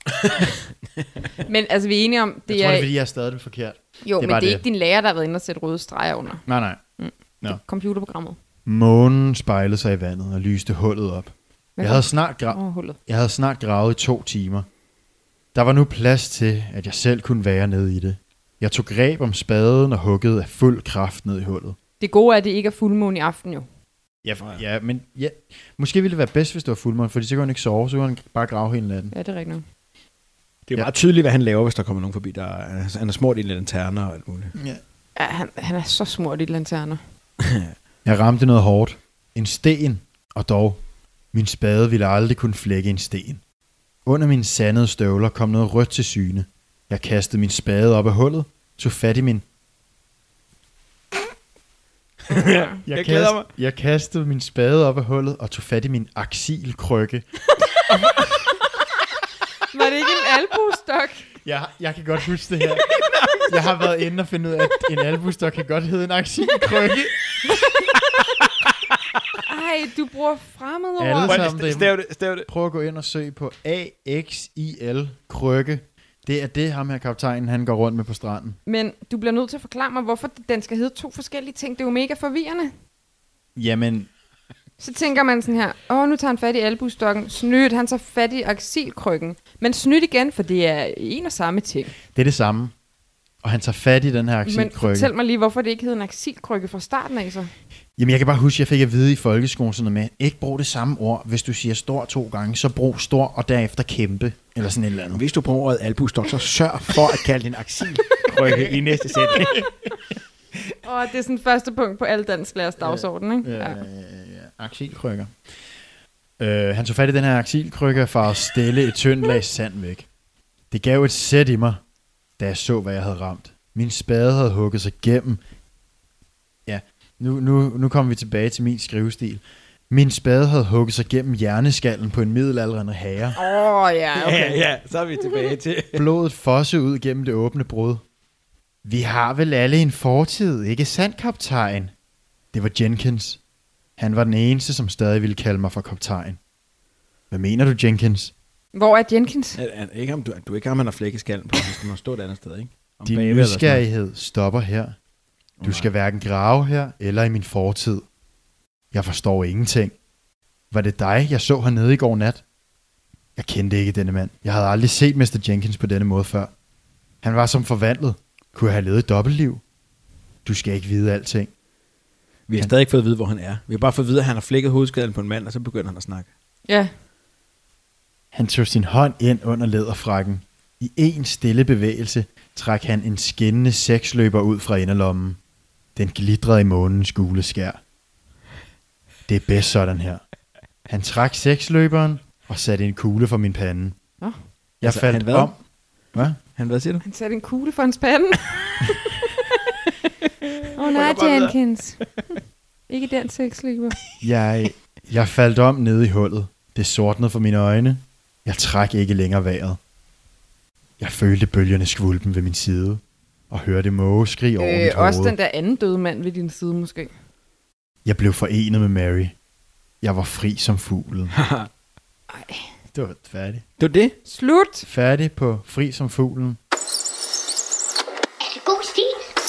Men altså, vi er enige om, Jeg det tror, er... det er, fordi jeg er stadig forkert. Jo, det er men bare det er det. ikke din lærer, der har været inde og sætte røde streger under. Nej. Det er computerprogrammet. Månen spejlede sig i vandet og lyste hullet op. Jeg havde snart gravet i 2 timer. Der var nu plads til, at jeg selv kunne være nede i det. Jeg tog greb om spaden og huggede af fuld kraft ned i hullet. Det gode er, at det ikke er fuldmåne i aften jo. Men måske ville det være bedst, hvis det var fuldmåne, fordi så kunne han ikke sove, så kunne han bare grave hele natten. Ja, det er rigtigt nok. Det er meget tydeligt, hvad han laver, hvis der kommer nogen forbi. Han er smurt i lanterner og alt muligt. Ja, han er så smurt i lanterner. Jeg ramte noget hårdt. En sten, og dog. Min spade ville aldrig kunne flække en sten. Under mine sandede støvler kom noget rødt til syne. Jeg kastede min spade op af hullet, tog fat i min... Jeg glæder mig. Jeg kastede min spade op af hullet og tog fat i min aksilkrykke. Var det ikke en albustok? Jeg kan godt huske det her. Jeg har været inde og finde ud af, at en albustok kan godt hedde en aksilkrykke. Ej, du bruger fremmedord. Alle sammen Stav det. Prøv at gå ind og søg på AXIL krykke. Det er det, ham her kaptajnen, han går rundt med på stranden. Men du bliver nødt til at forklare mig, hvorfor den skal hedde 2 forskellige ting. Det er jo mega forvirrende. Jamen, Så tænker man sådan her, nu tager han fat i albuestokken. Snydt, han tager fat i aksilkrykken. Men snydt igen, for det er en og samme ting. det er det samme. Og han tager fat i den her Men aksilkrykke. fortæl mig lige, hvorfor det ikke hed en aksilkrykke fra starten af så. Jamen, jeg kan bare huske, at jeg fik at vide i folkeskolen sådan noget med, ikke brug det samme ord. Hvis du siger stor 2 gange, så brug stor og derefter kæmpe. Eller sådan et eller andet. Hvis du bruger ordet albuestok, så sørg for at kalde din aksilkrykke i næste sætning. Og det er sådan første punkt på alle dansklærers dagsorden, ikke? Ja. Aksilkrykker. Han tog fat i den her aksilkrykke for at stille et tyndt lag sand væk. Det gav et sæt i mig, da jeg så, hvad jeg havde ramt. Min spade havde hugget sig gennem. Ja, nu kommer vi tilbage til min skrivestil. Min spade havde hugget sig gennem hjerneskallen på en middelalderende herre. Ja, okay. Ja, så er vi tilbage til. Blodet fossede ud gennem det åbne brud. Vi har vel alle en fortid, ikke sandt, kaptajn? Det var Jenkins. Han var den eneste, som stadig ville kalde mig for kaptajn. Hvad mener du, Jenkins? Hvor er Jenkins? Ikke om du ikke har, man har flækkeskallen på, hvis du må stå et andet sted, ikke? Om Din bagved eller sådan noget. nysgerrighed stopper her. Du skal hverken grave her eller i min fortid. Jeg forstår ingenting. Var det dig, jeg så hernede i går nat? Jeg kendte ikke denne mand. Jeg havde aldrig set Mr. Jenkins på denne måde før. Han var som forvandlet. Kunne jeg have levet et dobbeltliv? Du skal ikke vide alting. Vi har stadig ikke fået at vide, hvor han er. Vi har bare fået at vide, at han har flækket hovedskaden på en mand, og så begynder han at snakke. Ja. Han tog sin hånd ind under læderfrakken. I en stille bevægelse trak han en skinnende seksløber ud fra inderlommen. Den glitrede i månens gule skær. Det er bedst sådan her. Han trak seksløberen og satte en kugle for min pande. Nå. Jeg Altså, faldt han hvad? om. Hvad? Hvad siger du? Han satte en kugle for hans pande. Nej, Jenkins. Ikke den sexløber. Jeg faldt om nede i hullet. Det sortnede for mine øjne. Jeg trak ikke længere vejret. Jeg følte bølgerne skvulpen ved min side og hørte mågeskrig over mit hoved. Også den der anden døde mand ved din side måske. Jeg blev forenet med Mary. Jeg var fri som fuglen. Det var færdigt. Det var det? Slut! Færdig på fri som fuglen. Er det god stil?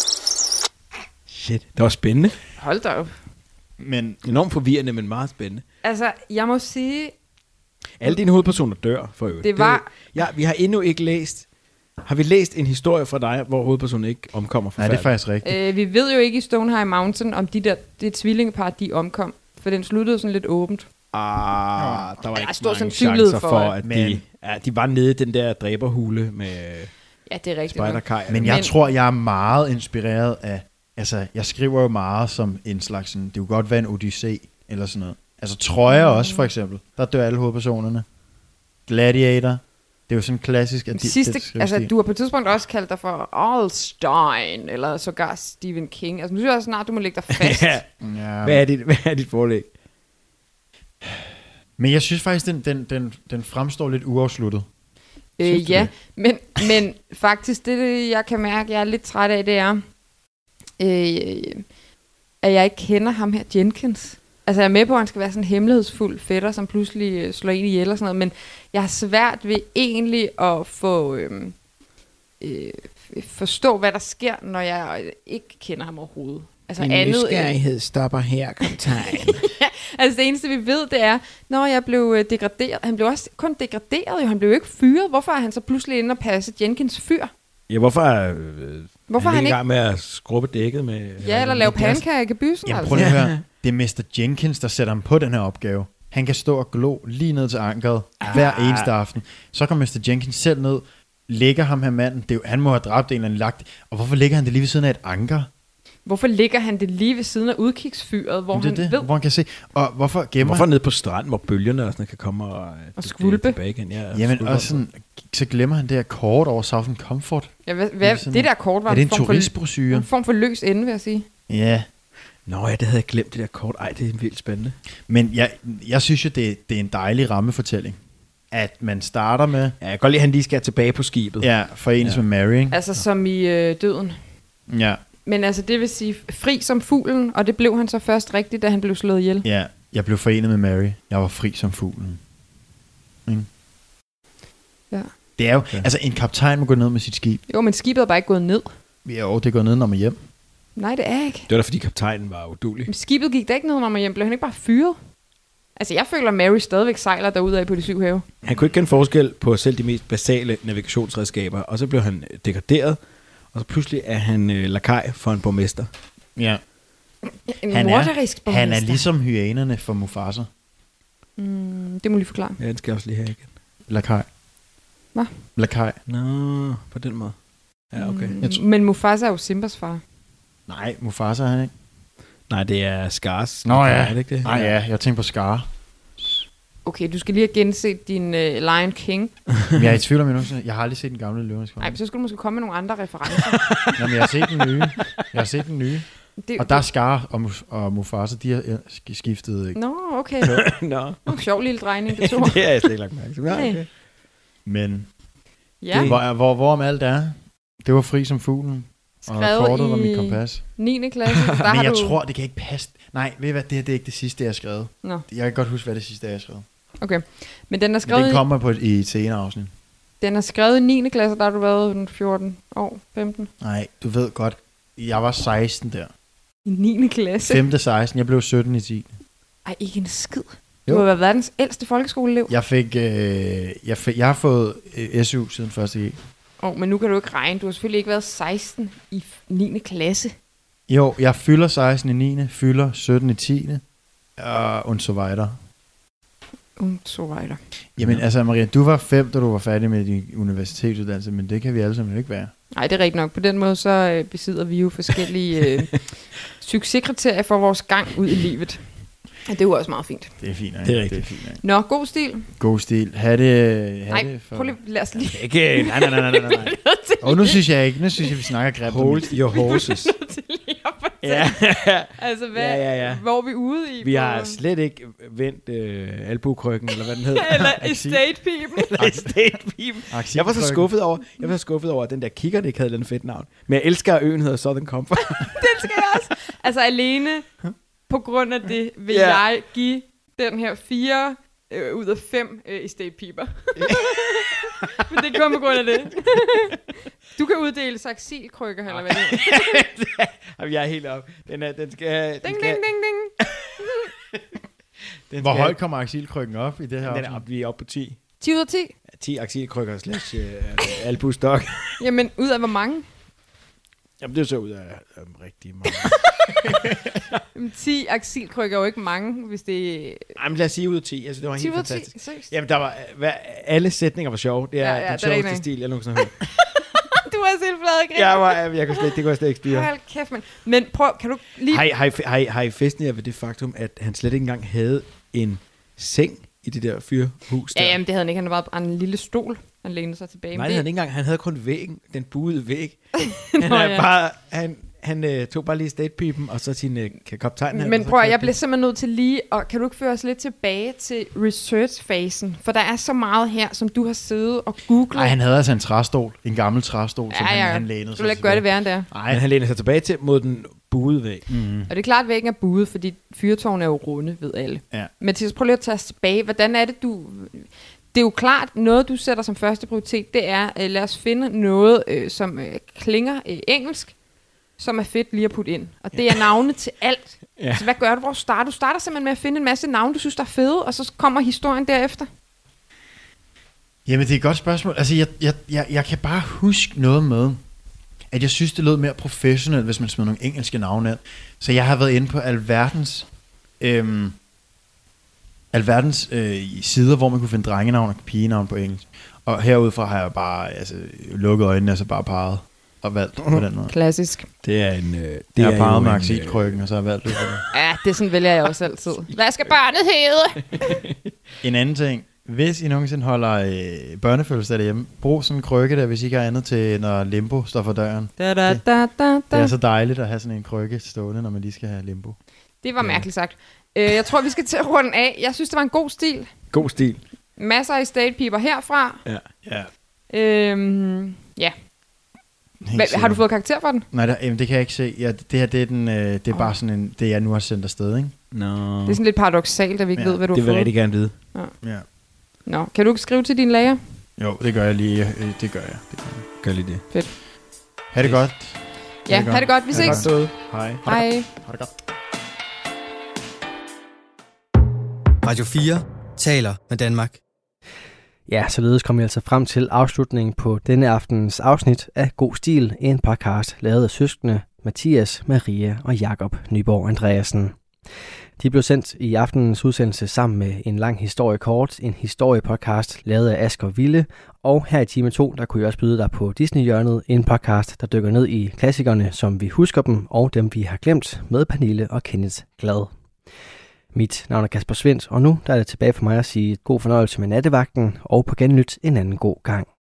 Shit, det var spændende. Hold da op. Men Enormt forvirrende, men meget spændende. Altså, jeg må sige... Alle dine hovedpersoner dør for øvrigt. Det var... Ja, vi har endnu ikke læst... Har vi læst en historie fra dig, hvor hovedpersonen ikke omkommer nej, det er forfærdeligt? faktisk rigtigt. Vi ved jo ikke i Stonehenge Mountain, om det tvillingepar, de omkom. For den sluttede sådan lidt åbent. Der var Der er ikke stor mange sandsynlighed chancer for, for, at de var nede i den der dræberhule med Ja, det er rigtigt. nok. Spider-Kaj. Men jeg tror, jeg er meget inspireret af... Altså, jeg skriver jo meget som en slags... Sådan, det kunne godt være en odyssé eller sådan noget. Altså, Troja også, for eksempel. Der dør alle hovedpersonerne. Gladiator. Det er jo sådan klassisk... At Altså, du har på et tidspunkt også kaldt dig for Alstein, eller sågar Stephen King. Altså, nu synes jeg snart, du må lægge dig fast. Ja. Ja. Hvad er dit forlæg? Men jeg synes faktisk, den fremstår lidt uafsluttet. Synes du Ja, det? men faktisk, det jeg kan mærke, jeg er lidt træt af, det er, at jeg ikke kender ham her, Jenkins. Altså, jeg er med på, at han skal være sådan en hemmelighedsfuld fætter, som pludselig slår en ihjel og sådan noget, men jeg har svært ved egentlig at forstå, hvad der sker, når jeg ikke kender ham overhovedet. Altså, stopper her, kaptajn. Altså det eneste vi ved, det er, når jeg blev degraderet. Han blev også kun degraderet, jo. Han blev jo ikke fyret. Hvorfor er han så pludselig inde og passe Jenkins fyr? Ja, hvorfor er han i ikke... gang med at skrubbe dækket med... Ja, eller lave pandekager i kabysen, Jamen altså. prøv lige at høre. Det er Mr. Jenkins, der sætter ham på den her opgave. Han kan stå og glo lige ned til ankeret hver eneste aften. Så kommer Mr. Jenkins selv ned, lægger ham her manden. Det er jo, han må have dræbt en eller anden lagt. Og hvorfor ligger han det lige ved siden af et anker? Hvorfor ligger han det lige ved siden af udkigsfyret, hvor han ved... Hvor han kan se. Og hvorfor gemmer Hvorfor nede på stranden, hvor bølgerne og sådan kan komme og skvulpe tilbage igen? Ja, Jamen også sådan, så glemmer han det her kort over Southern Comfort. Ja, det der kort var er det en form for, turistbrochure? en form for løs ende, vil jeg sige. Ja. Nå ja, det havde jeg glemt, det der kort. Ej, det er vildt spændende. Men jeg synes jo, det er en dejlig rammefortælling. At man starter med... Ja, jeg kan godt lide, at han lige skal tilbage på skibet. Ja, forenes med Mary, ikke? Altså som i døden. Ja. Men altså det vil sige fri som fuglen, og det blev han så først rigtigt, da han blev slået ihjel. Ja, jeg blev forenet med Mary. Jeg var fri som fuglen. Det Det er jo, altså en kaptajn må gå ned med sit skib. Jo, men skibet er bare ikke gået ned. Jo, det går ned, når man hjem. Nej, det er ikke. Det var da, fordi kaptajnen var uduelig. Men skibet gik da ikke ned, når man hjem. Blev han ikke bare fyret? Altså, jeg føler, at Mary stadigvæk sejler derudad på de 7 have. Han kunne ikke kende forskel på selv de mest basale navigationsredskaber, og så blev han degraderet, og så pludselig er han lakaj for en borgmester. Ja. En Han morderisk borgmester. Han er ligesom hyænerne for Mufasa. Det må lige forklare. Ja, den skal jeg også lige have igen. Lakaj. Hvad? Lakaj. Nå, på den måde. Ja, okay. Men Mufasa er jo Simbas far. Nej, Mufasa er han ikke. Nej, det er Skars. Nå ja. Er det ikke det? Nej, ja, jeg tænker på Scar. Okay, du skal lige have genset din Lion King. Men jeg er i tvivl om, jeg har aldrig set den gamle Løvernes Konge. Nej, så skulle du måske komme med nogle andre referencer. Jamen, jeg har set den nye. Og der er Scar og Mufasa, de har skiftet. Nå, okay. Nå. Sjov lille drejning, det tror. Det er jeg slet ikke lagt mærke til. Ja, okay. Men Ja, hvor om alt er, det var fri som fuglen. Og skrevet kortet var mit i kompas. 9. klasse. Der Men har jeg du... tror, det kan ikke passe. Nej, ved I hvad, det her det er ikke det sidste, jeg har skrevet. Nå, Jeg kan godt huske, hvad det sidste, jeg har skrevet. okay. Men den er Men skrevet, den kommer på i et senere afsnit. den er skrevet i 9. klasse, der har du været 14 år, 15. Nej, du ved godt, jeg var 16 der. I 9. klasse? 5. 16, jeg blev 17 i 10. Ej, ikke en skid. Jo. Du har været verdens ældste folkeskoleelev. Jeg har fået SU siden 1. G. Men nu kan du ikke regne. Du har selvfølgelig ikke været 16 i 9. klasse. Jo, jeg fylder 16 i 9. Fylder 17 i 10. Og så videre. Så weiter. Jamen altså Maria, du var 5, da du var færdig med din universitetsuddannelse, men det kan vi alle sammen ikke være. Nej, det er rigtigt nok. På den måde så besidder vi jo forskellige succeskriterier for vores gang ud i livet. Og det er jo også meget fint. Det er fint, ikke? Det er rigtigt. Det er fint, ikke? Nå, god stil. God stil. Ha' det for... Prøv lige, lad os lige... Ikke. Nej. Og nu synes jeg vi snakker grimt. Hold your horses. Ja. Altså, hvad, Ja. hvor er vi ude i? Vi har slet ikke vendt albukrykken, eller hvad den hedder. Eller estate-pipen. Estate-pipen. Jeg var så skuffet over, at den der kikker, det ikke havde den fedt navn. Men jeg elsker, at øen hedder Southern Comfort. Den skal jeg også. Altså, alene på grund af det vil jeg give den her 4 ud af 5 estate-piber. Men det er kun på grund af det. Du kan uddele saxilkrykker, eller hvad det er. Jamen, jeg er helt op. Den skal... Ding, ding, ding, ding. Hvor højt kommer aksilkrykken op i det her? Den er op, vi er oppe på 10. 10 ud af 10? 10 aksilkrykker slash albustok. Jamen, ud af hvor mange? Jamen, det er så ud af rigtig mange. Jamen, 10 aksilkrykker er jo ikke mange, hvis det... Jamen, lad os sige ud af 10. Altså, det var 10 helt ud af 10? fantastisk. Seriøst? Jamen, der var... alle sætninger var sjove. Det er den sjoveste rigtigt. stil, jeg nogensinde har hørt. Du er selv flad, Jeg kunne slet, det kunne jeg slet ikke styre. Hold kæft, mand. Men prøv, kan du lige... Har I festen ved det faktum, at han slet ikke engang havde en seng i det der fyrhus der? Ja, jamen, det havde han ikke. Han var bare en lille stol, han lænede sig tilbage. Nej, det havde han ikke engang. Han havde kun væggen, den buede væg. Han tog bare lige statepipen, og så sin kaptajn. Men prøv, jeg bliver simpelthen nødt til lige, og kan du ikke føre os lidt tilbage til research-fasen? For der er så meget her, som du har siddet og googlet. Nej, han havde altså en træstol, en gammel træstol, som han lænede sig. Du vil ikke gøre det værre end det er. Nej, han læner sig tilbage til mod den buede væg. Mm. Og det er klart, at væggen er buet, fordi fyrtårne er jo runde, ved alle. Ja. Men prøv lige at tage os tilbage. Hvordan er det, du... Det er jo klart, noget du sætter som første prioritet, det er, lad os finde noget, som klinger engelsk, som er fedt lige at putte ind. Og det er navne til alt. Ja. Så hvad gør du? Hvor starter du? Du starter simpelthen med at finde en masse navne, du synes, der er fede, og så kommer historien derefter. Jamen, det er et godt spørgsmål. Altså, jeg kan bare huske noget med, at jeg synes, det lød mere professionelt, hvis man smed nogle engelske navne ind. Så jeg har været inde på alverdens sider, hvor man kunne finde drengenavn og pigenavn på engelsk. Og herudfra har jeg bare lukket øjnene, og så bare peget og valgt på den måde. Klassisk. Det er en... Jeg har peget med aksilkrykken, og så har jeg valgt det. Ja, det sådan vælger jeg også altid. Hvad skal barnet hedde? En anden ting. Hvis I nogensinde holder børnefødselsdag derhjemme, brug sådan en krykke der, hvis I ikke har andet til, når limbo står for døren. Det er så dejligt at have sådan en krykke stående, når man lige skal have limbo. Det var mærkeligt sagt. Jeg tror, vi skal til at runde af. Jeg synes, det var en god stil. God stil. Masser af estate-piber herfra. Ja. Ja. Har du fået karakter for den? Nej, det kan jeg ikke se. Ja, det her, det er bare sådan en, det jeg nu har sendt afsted, ikke? No. Det er sådan lidt paradoksalt, at vi ikke ved, hvad du har det vil fået. jeg rigtig gerne vide. Ja. Nå, kan du ikke skrive til din lærer? Jo, det gør jeg lige. Det gør jeg. Gør lige det. Fedt. Ha' det godt. Ja, ha' det godt. Vi ses. Hej. Hej. Ha' det godt. Radio 4 taler med Danmark. Ja, således kom vi altså frem til afslutningen på denne aftens afsnit af God Stil, en podcast lavet af søskende Mathias, Maria og Jakob Nyborg Andreasen. De blev sendt i aftenens udsendelse sammen med en lang historie kort, en historiepodcast lavet af Asger Ville, og her i time 2, der kunne jeg også byde dig på Disney-hjørnet, en podcast, der dykker ned i klassikerne, som vi husker dem, og dem vi har glemt, med Pernille og Kenneth Glad. Mit navn er Kasper Svendt, og nu der er det tilbage for mig at sige god fornøjelse med nattevagten, og på genlyt en anden god gang.